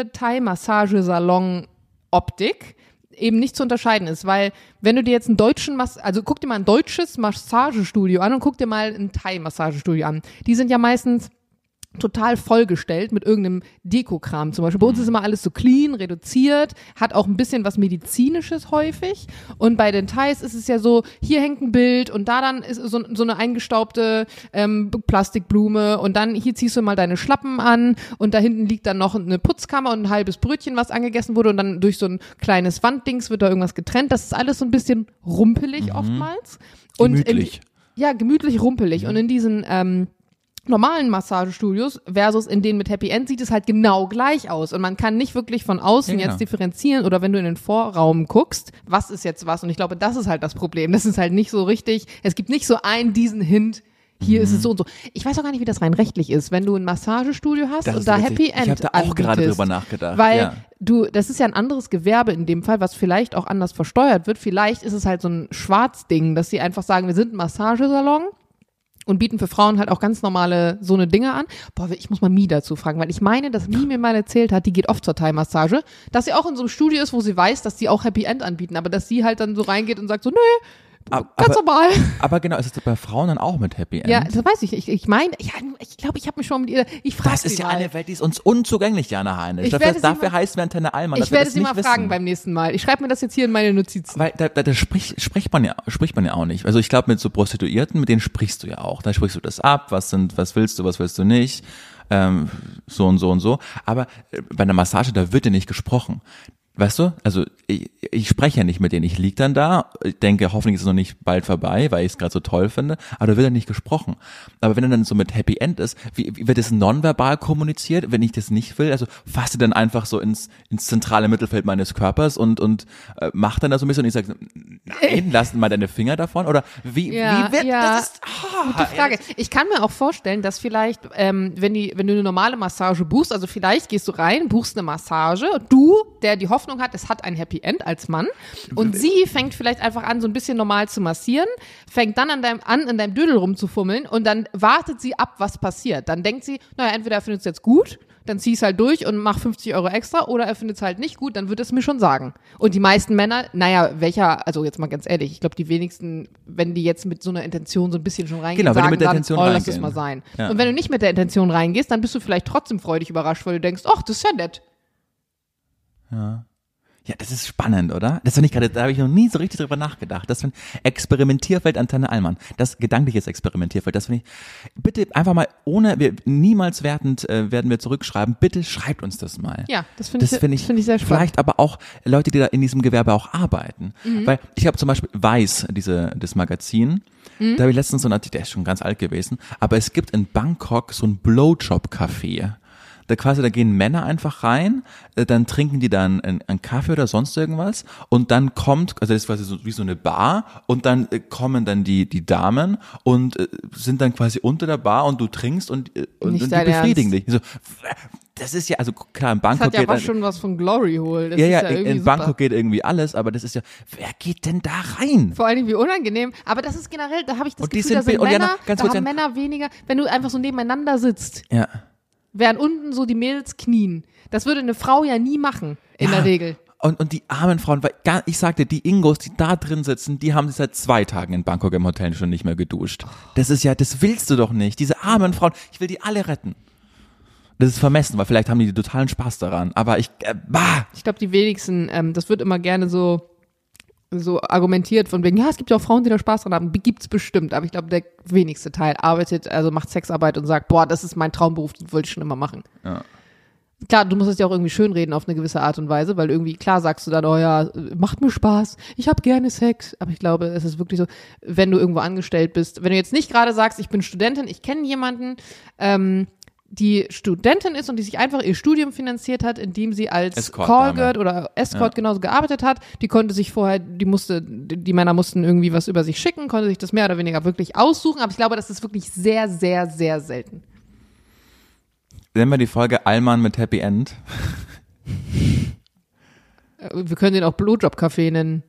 Thai-Massagesalon-Optik eben nicht zu unterscheiden ist, weil wenn du dir jetzt einen deutschen, Mas- also guck dir mal ein deutsches Massagestudio an und guck dir mal ein Thai-Massagestudio an. Die sind ja meistens total vollgestellt mit irgendeinem Dekokram zum Beispiel. Bei uns ist immer alles so clean, reduziert, hat auch ein bisschen was Medizinisches häufig. Und bei den Thais ist es ja so, hier hängt ein Bild und da dann ist so, so eine eingestaubte ähm, Plastikblume und dann hier ziehst du mal deine Schlappen an und da hinten liegt dann noch eine Putzkammer und ein halbes Brötchen, was angegessen wurde und dann durch so ein kleines Wanddings wird da irgendwas getrennt. Das ist alles so ein bisschen rumpelig oftmals. Und Gemütlich. In, ja, gemütlich rumpelig. Und in diesen ähm, normalen Massagestudios versus in denen mit Happy End sieht es halt genau gleich aus und man kann nicht wirklich von außen Ja, genau. jetzt differenzieren oder wenn du in den Vorraum guckst, was ist jetzt was und ich glaube, das ist halt das Problem, das ist halt nicht so richtig, es gibt nicht so einen diesen Hint, hier Mhm. ist es so und so. Ich weiß auch gar nicht, wie das rein rechtlich ist, wenn du ein Massagestudio hast Das und ist da witzig. Happy End Ich habe da auch gerade anbietest, drüber nachgedacht. weil ja. du, das ist ja ein anderes Gewerbe in dem Fall, was vielleicht auch anders versteuert wird, vielleicht ist es halt so ein Schwarzding, dass sie einfach sagen, wir sind ein Massagesalon und bieten für Frauen halt auch ganz normale so eine Dinge an. Boah, ich muss mal Mi dazu fragen, weil ich meine, dass Mi mir mal erzählt hat, die geht oft zur Thai-Massage, dass sie auch in so einem Studio ist, wo sie weiß, dass die auch Happy End anbieten, aber dass sie halt dann so reingeht und sagt so, nö, Aber, ganz normal. aber genau, ist es bei Frauen dann auch mit Happy End? Ja, das weiß ich. Ich, ich meine, ja, ich glaube, ich habe mich schon mit ihr, ich frage Das sie ist ja mal. eine Welt, die ist uns unzugänglich, Jana Heinisch. Ich Dafür, werde sie dafür mal- heißt wir Antenne Allmann, dass Ich wir werde das sie nicht mal wissen. fragen beim nächsten Mal. Ich schreibe mir das jetzt hier in meine Notizen. Weil da, da, da spricht, spricht man ja, spricht man ja auch nicht. Also ich glaube, mit so Prostituierten, mit denen sprichst du ja auch. Da sprichst du das ab, was sind, was willst du, was willst du nicht, ähm, so und so und so. Aber äh, bei einer Massage, da wird ja nicht gesprochen. Weißt du, also ich, ich spreche ja nicht mit denen, ich lieg dann da, ich denke, hoffentlich ist es noch nicht bald vorbei, weil ich es gerade so toll finde, aber da wird ja nicht gesprochen. Aber wenn er dann so mit Happy End ist, wie, wie wird das nonverbal kommuniziert, wenn ich das nicht will? Also fasse dann einfach so ins, ins zentrale Mittelfeld meines Körpers und, und äh, mach dann da so ein bisschen und ich sage, nein, lass mal deine Finger davon oder wie, Ja, wie wird ja. das? Ist, oh, Gute Frage. Ich kann mir auch vorstellen, dass vielleicht, ähm, wenn die, wenn du eine normale Massage buchst, also vielleicht gehst du rein, buchst eine Massage, du, der die Hoffnung hat, es hat ein Happy End als Mann und sie fängt vielleicht einfach an, so ein bisschen normal zu massieren, fängt dann an deinem, an, in deinem Dödel rumzufummeln und dann wartet sie ab, was passiert. Dann denkt sie, naja, entweder er findet es jetzt gut, dann zieh es halt durch und mach fünfzig Euro extra oder er findet es halt nicht gut, dann wird es mir schon sagen. Und die meisten Männer, naja, welcher, also jetzt mal ganz ehrlich, ich glaube, die wenigsten, wenn die jetzt mit so einer Intention so ein bisschen schon reingehen, Genau, wenn die sagen mit der dann, Intention oh, lass es reingehen. mal sein. Ja. Und wenn du nicht mit der Intention reingehst, dann bist du vielleicht trotzdem freudig überrascht, weil du denkst, ach, das ist ja nett. Ja, das ist spannend, oder? Das finde ich gerade, da habe ich noch nie so richtig drüber nachgedacht. Das finde ich Experimentierfeld Antenne Allmann. Das gedankliches Experimentierfeld. Das finde ich, bitte einfach mal ohne, wir, niemals wertend äh, werden wir zurückschreiben. Bitte schreibt uns das mal. Ja, das finde ich, Das finde ich, das finde ich sehr spannend. vielleicht aber auch Leute, die da in diesem Gewerbe auch arbeiten. Mhm. Weil ich habe zum Beispiel Weiß, diese, das Magazin, Mhm. da habe ich letztens so einen Artikel, der ist schon ganz alt gewesen, aber es gibt in Bangkok so ein Blowjob-Café. Da quasi, da gehen Männer einfach rein, äh, dann trinken die dann einen, einen Kaffee oder sonst irgendwas und dann kommt, also das ist quasi so, wie so eine Bar und dann äh, kommen dann die die Damen und äh, sind dann quasi unter der Bar und du trinkst und, äh, und, Nicht und die dein befriedigen Ernst. dich. So, das ist ja, also klar, in Das Bangkok hat ja geht was schon was von Glory Hole. Das ja, ist ja, ja in, irgendwie in super. Bangkok geht irgendwie alles, aber das ist ja, wer geht denn da rein? Vor allen Dingen wie unangenehm. Aber das ist generell, da habe ich das Und die Gefühl, da sind sind bi- und ja, Männer, noch ganz da kurz, haben Jan- Männer weniger, wenn du einfach so nebeneinander sitzt, Ja. während unten so die Mädels knien. Das würde eine Frau ja nie machen, in Ja. der Regel. Und, und die armen Frauen, weil gar- ich sagte, die Ingos, die da drin sitzen, die haben sich seit zwei Tagen in Bangkok im Hotel schon nicht mehr geduscht. Das ist ja, das willst du doch nicht. Diese armen Frauen, ich will die alle retten. Das ist vermessen, weil vielleicht haben die totalen Spaß daran. Aber ich, äh, bah! Ich glaube, die wenigsten, ähm, das wird immer gerne so, so argumentiert von wegen, ja, es gibt ja auch Frauen, die da Spaß dran haben. Gibt's bestimmt, aber ich glaube, der wenigste Teil arbeitet, also macht Sexarbeit und sagt, boah, das ist mein Traumberuf, das wollte ich schon immer machen. Ja. Klar, du musst es ja auch irgendwie schönreden auf eine gewisse Art und Weise, weil irgendwie, klar sagst du dann, oh ja, macht mir Spaß, ich habe gerne Sex. Aber ich glaube, es ist wirklich so, wenn du irgendwo angestellt bist, wenn du jetzt nicht gerade sagst, ich bin Studentin, ich kenne jemanden, ähm, die Studentin ist und die sich einfach ihr Studium finanziert hat, indem sie als Escort-Dame. Callgirl oder Escort Ja. genauso gearbeitet hat. Die konnte sich vorher, die musste, die Männer mussten irgendwie was über sich schicken, konnte sich das mehr oder weniger wirklich aussuchen. Aber ich glaube, das ist wirklich sehr, sehr, sehr selten. Nennen wir die Folge Allmann mit Happy End. Wir können den auch Blowjob-Café nennen.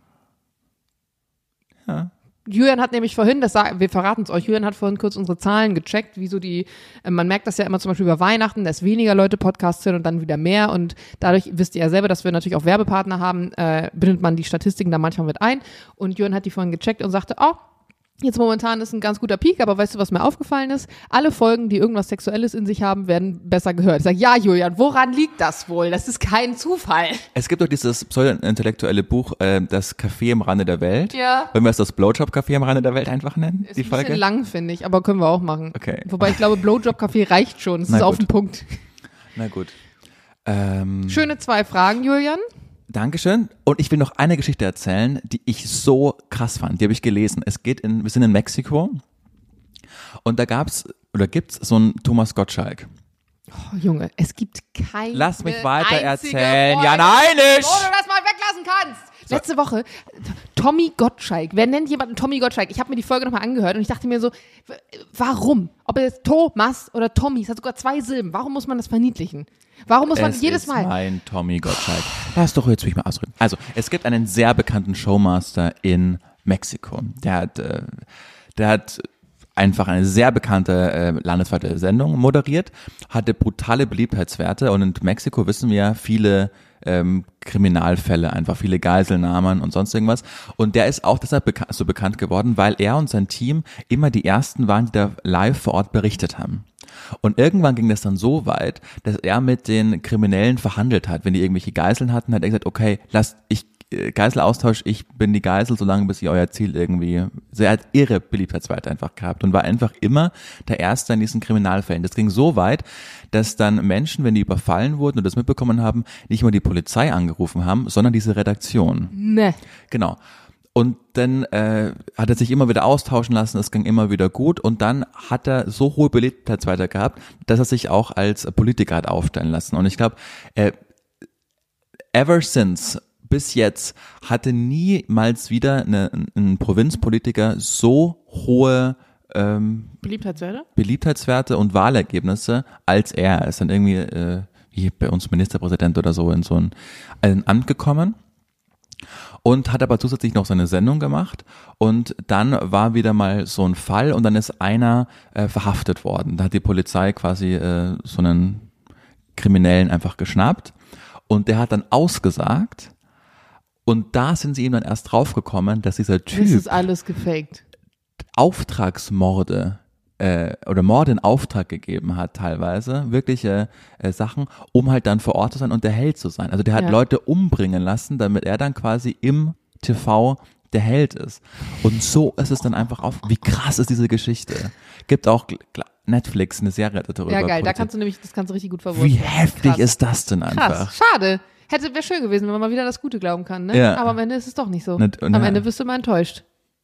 Ja. Julian hat nämlich vorhin, das sag, wir verraten es euch, Julian hat vorhin kurz unsere Zahlen gecheckt, wie so die, äh, man merkt das ja immer zum Beispiel über Weihnachten, dass weniger Leute Podcasts hören und dann wieder mehr und dadurch wisst ihr ja selber, dass wir natürlich auch Werbepartner haben, äh, bindet man die Statistiken da manchmal mit ein und Julian hat die vorhin gecheckt und sagte, oh, jetzt momentan ist ein ganz guter Peak, aber weißt du, was mir aufgefallen ist? Alle Folgen, die irgendwas Sexuelles in sich haben, werden besser gehört. Ich sage, ja, Julian, woran liegt das wohl? Das ist kein Zufall. Es gibt doch dieses pseudo-intellektuelle Buch, äh, das Café am Rande der Welt. Ja. Wollen wir es das Blowjob-Café am Rande der Welt einfach nennen, Ist die ein Folge? bisschen lang, finde ich, aber können wir auch machen. Okay. Wobei ich glaube, Blowjob-Café reicht schon. Es Na ist auf gut. den Punkt. Na gut. Ähm, Schöne zwei Fragen, Julian. Dankeschön. Und ich will noch eine Geschichte erzählen, die ich so krass fand. Die habe ich gelesen. Es geht in, wir sind in Mexiko und da gab's oder gibt's so einen Thomas Gottschalk. Oh, Junge, es gibt keine Lass mich weiter einzige erzählen. Folge, Ja, nein, nicht! wo du das mal weglassen kannst. Letzte Woche, Tommy Gottschalk. Wer nennt jemanden Tommy Gottschalk? Ich habe mir die Folge nochmal angehört und ich dachte mir so, w- warum? Ob er jetzt Thomas oder Tommy, es hat sogar zwei Silben. Warum muss man das verniedlichen? Warum muss man Es jedes ist Mal? mein Tommy Gottschalk. Lass doch jetzt mich mal ausreden. Also, es gibt einen sehr bekannten Showmaster in Mexiko. Der hat, äh, der hat einfach eine sehr bekannte äh, landesweite Sendung moderiert, hatte brutale Beliebtheitswerte und in Mexiko wissen wir ja viele ähm, Kriminalfälle, einfach viele Geiselnahmen und sonst irgendwas. Und der ist auch deshalb beka- so bekannt geworden, weil er und sein Team immer die ersten waren, die da live vor Ort berichtet haben. Und irgendwann ging das dann so weit, dass er mit den Kriminellen verhandelt hat. Wenn die irgendwelche Geiseln hatten, hat er gesagt, okay, lasst, ich, äh, Geiselaustausch, ich bin die Geisel, solange bis ihr euer Ziel irgendwie, also er hat irre Beliebtheitswerte einfach gehabt und war einfach immer der Erste in diesen Kriminalfällen. Das ging so weit, dass dann Menschen, wenn die überfallen wurden und das mitbekommen haben, nicht mal die Polizei angerufen haben, sondern diese Redaktion. Ne. Genau. Und dann äh, hat er sich immer wieder austauschen lassen, es ging immer wieder gut und dann hat er so hohe Beliebtheitswerte gehabt, dass er sich auch als Politiker hat aufstellen lassen. Und ich glaube, äh, ever since, bis jetzt, hatte niemals wieder eine, ein Provinzpolitiker so hohe ähm, Beliebtheitswerte? Beliebtheitswerte und Wahlergebnisse als er. Er ist dann irgendwie, äh, wie bei uns Ministerpräsident oder so, in so ein, ein Amt gekommen. Und hat aber zusätzlich noch seine Sendung gemacht und dann war wieder mal so ein Fall und dann ist einer äh, verhaftet worden. Da hat die Polizei quasi äh, so einen Kriminellen einfach geschnappt und der hat dann ausgesagt und da sind sie ihm dann erst draufgekommen, dass dieser Das Typ ist alles gefaked. Auftragsmorde äh, oder Morde in Auftrag gegeben hat teilweise, wirkliche äh, Sachen, um halt dann vor Ort zu sein und der Held zu sein. Also der hat Ja. Leute umbringen lassen, damit er dann quasi im T V der Held ist. Und so ist es dann einfach auf. Wie krass ist diese Geschichte? Gibt auch gl- gl- Netflix eine Serie darüber. Ja, geil. Da produziert. kannst du nämlich, das kannst du richtig gut verwurzeln. Wie heftig Krass. ist das denn einfach? Krass. Schade. Hätte, wäre schön gewesen, wenn man mal wieder das Gute glauben kann, ne? Ja. Aber am Ende ist es doch nicht so. Nicht- Am na. Ende wirst du immer enttäuscht.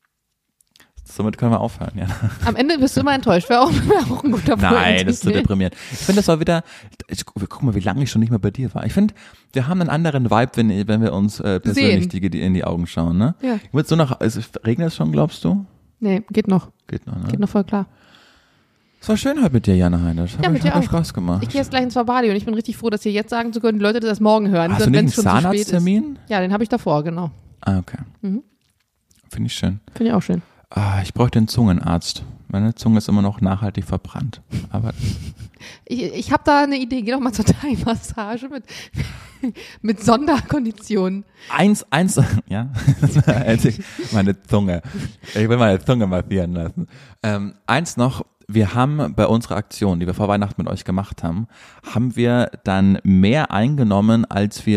Somit können wir aufhören, ja. Am Ende wirst du immer enttäuscht. Wäre auch, wär auch ein guter Punkt. Nein, das ist zu deprimierend. Ich finde, das war wieder, ich, guck mal, wie lange ich schon nicht mehr bei dir war. Ich finde, wir haben einen anderen Vibe, wenn, wenn wir uns äh, persönlich die, die in die Augen schauen, ne? Ja. Ich würde so nach, also, regnet es schon, glaubst du? Nee, geht noch. Geht noch, ne? Geht noch voll klar. Es war schön heute mit dir, Jana Heinisch. Hat, Ja, mir- mit dir hat mir auch. Spaß gemacht. Ich gehe jetzt gleich ins Verbadi und ich bin richtig froh, dass hier jetzt sagen zu können, die Leute das erst morgen hören. Hast du wenn nicht einen es schon zu spät ist. Zahnarzttermin? Ja, den habe ich davor, genau. Ah, okay. Mhm. Finde ich schön. Finde ich auch schön. Ah, ich bräuchte einen Zungenarzt. Meine Zunge ist immer noch nachhaltig verbrannt. Aber Ich, ich habe da eine Idee. Geh doch mal zur Thai-Massage mit, mit Sonderkonditionen. eins, eins, ja, meine Zunge. Ich will meine Zunge massieren lassen. Ähm, eins noch, wir haben bei unserer Aktion, die wir vor Weihnachten mit euch gemacht haben, haben wir dann mehr eingenommen, als wir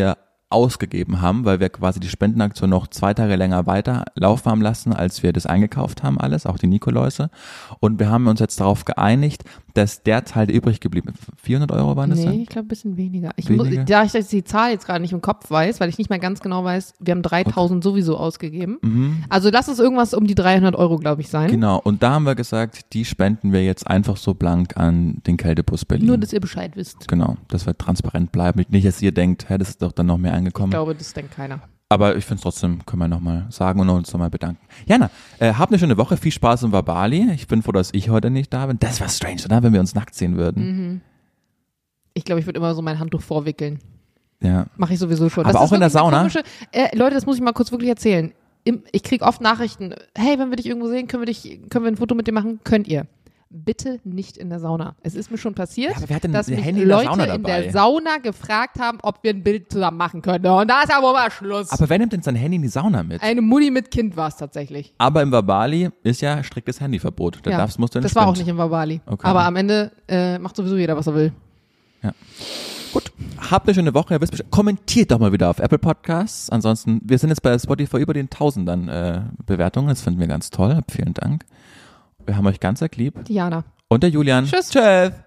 ausgegeben haben, weil wir quasi die Spendenaktion noch zwei Tage länger weiter laufen haben lassen, als wir das eingekauft haben alles, auch die Nikoläuse. Und wir haben uns jetzt darauf geeinigt, dass der Teil, der übrig geblieben ist, vierhundert Euro waren das Nee, dann? ich glaube ein bisschen weniger. Ich Weniger? Muss, da ich die Zahl jetzt gerade nicht im Kopf weiß, weil ich nicht mehr ganz genau weiß, wir haben dreitausend sowieso ausgegeben. Mhm. Also lass es irgendwas um die dreihundert Euro, glaube ich, sein. Genau, und da haben wir gesagt, die spenden wir jetzt einfach so blank an den Kältebus Berlin. Nur, dass ihr Bescheid wisst. Genau, dass wir transparent bleiben. Nicht, dass ihr denkt, hä, das ist doch dann noch mehr Ich angekommen. glaube, das denkt keiner. Aber ich finde es trotzdem, können wir nochmal sagen und uns nochmal bedanken. Jana, äh, habt eine schöne Woche, viel Spaß in Bali. Ich bin froh, dass ich heute nicht da bin. Das wäre strange, oder? Wenn wir uns nackt sehen würden. Mhm. Ich glaube, ich würde immer so mein Handtuch vorwickeln. Ja. Mache ich sowieso schon. Aber das auch ist in der wirklich eine Sauna? Komische, äh, Leute, das muss ich mal kurz wirklich erzählen. Im, ich kriege oft Nachrichten, hey, wenn wir dich irgendwo sehen, können wir, dich, können wir ein Foto mit dir machen? Könnt ihr. Bitte nicht in der Sauna. Es ist mir schon passiert, Ja, aber wer hat denn dass ein mich Handy in der Leute Sauna in dabei? der Sauna gefragt haben, ob wir ein Bild zusammen machen können. Und da ist ja wohl mal Schluss. Aber wer nimmt denn sein Handy in die Sauna mit? Eine Mutti mit Kind war es tatsächlich. Aber im Bali ist ja striktes Handyverbot. Da Ja, darfst, musst du in den das war auch Sprint. nicht in Bali. Okay. Aber am Ende äh, macht sowieso jeder, was er will. Ja. Gut, habt eine schöne Woche. Ihr wisst Bescheid. Kommentiert doch mal wieder auf Apple Podcasts. Ansonsten, wir sind jetzt bei Spotify über den tausendern äh, Bewertungen. Das finden wir ganz toll. Vielen Dank. Wir haben euch ganz arg lieb. Diana. Und der Julian. Tschüss. Tschüss.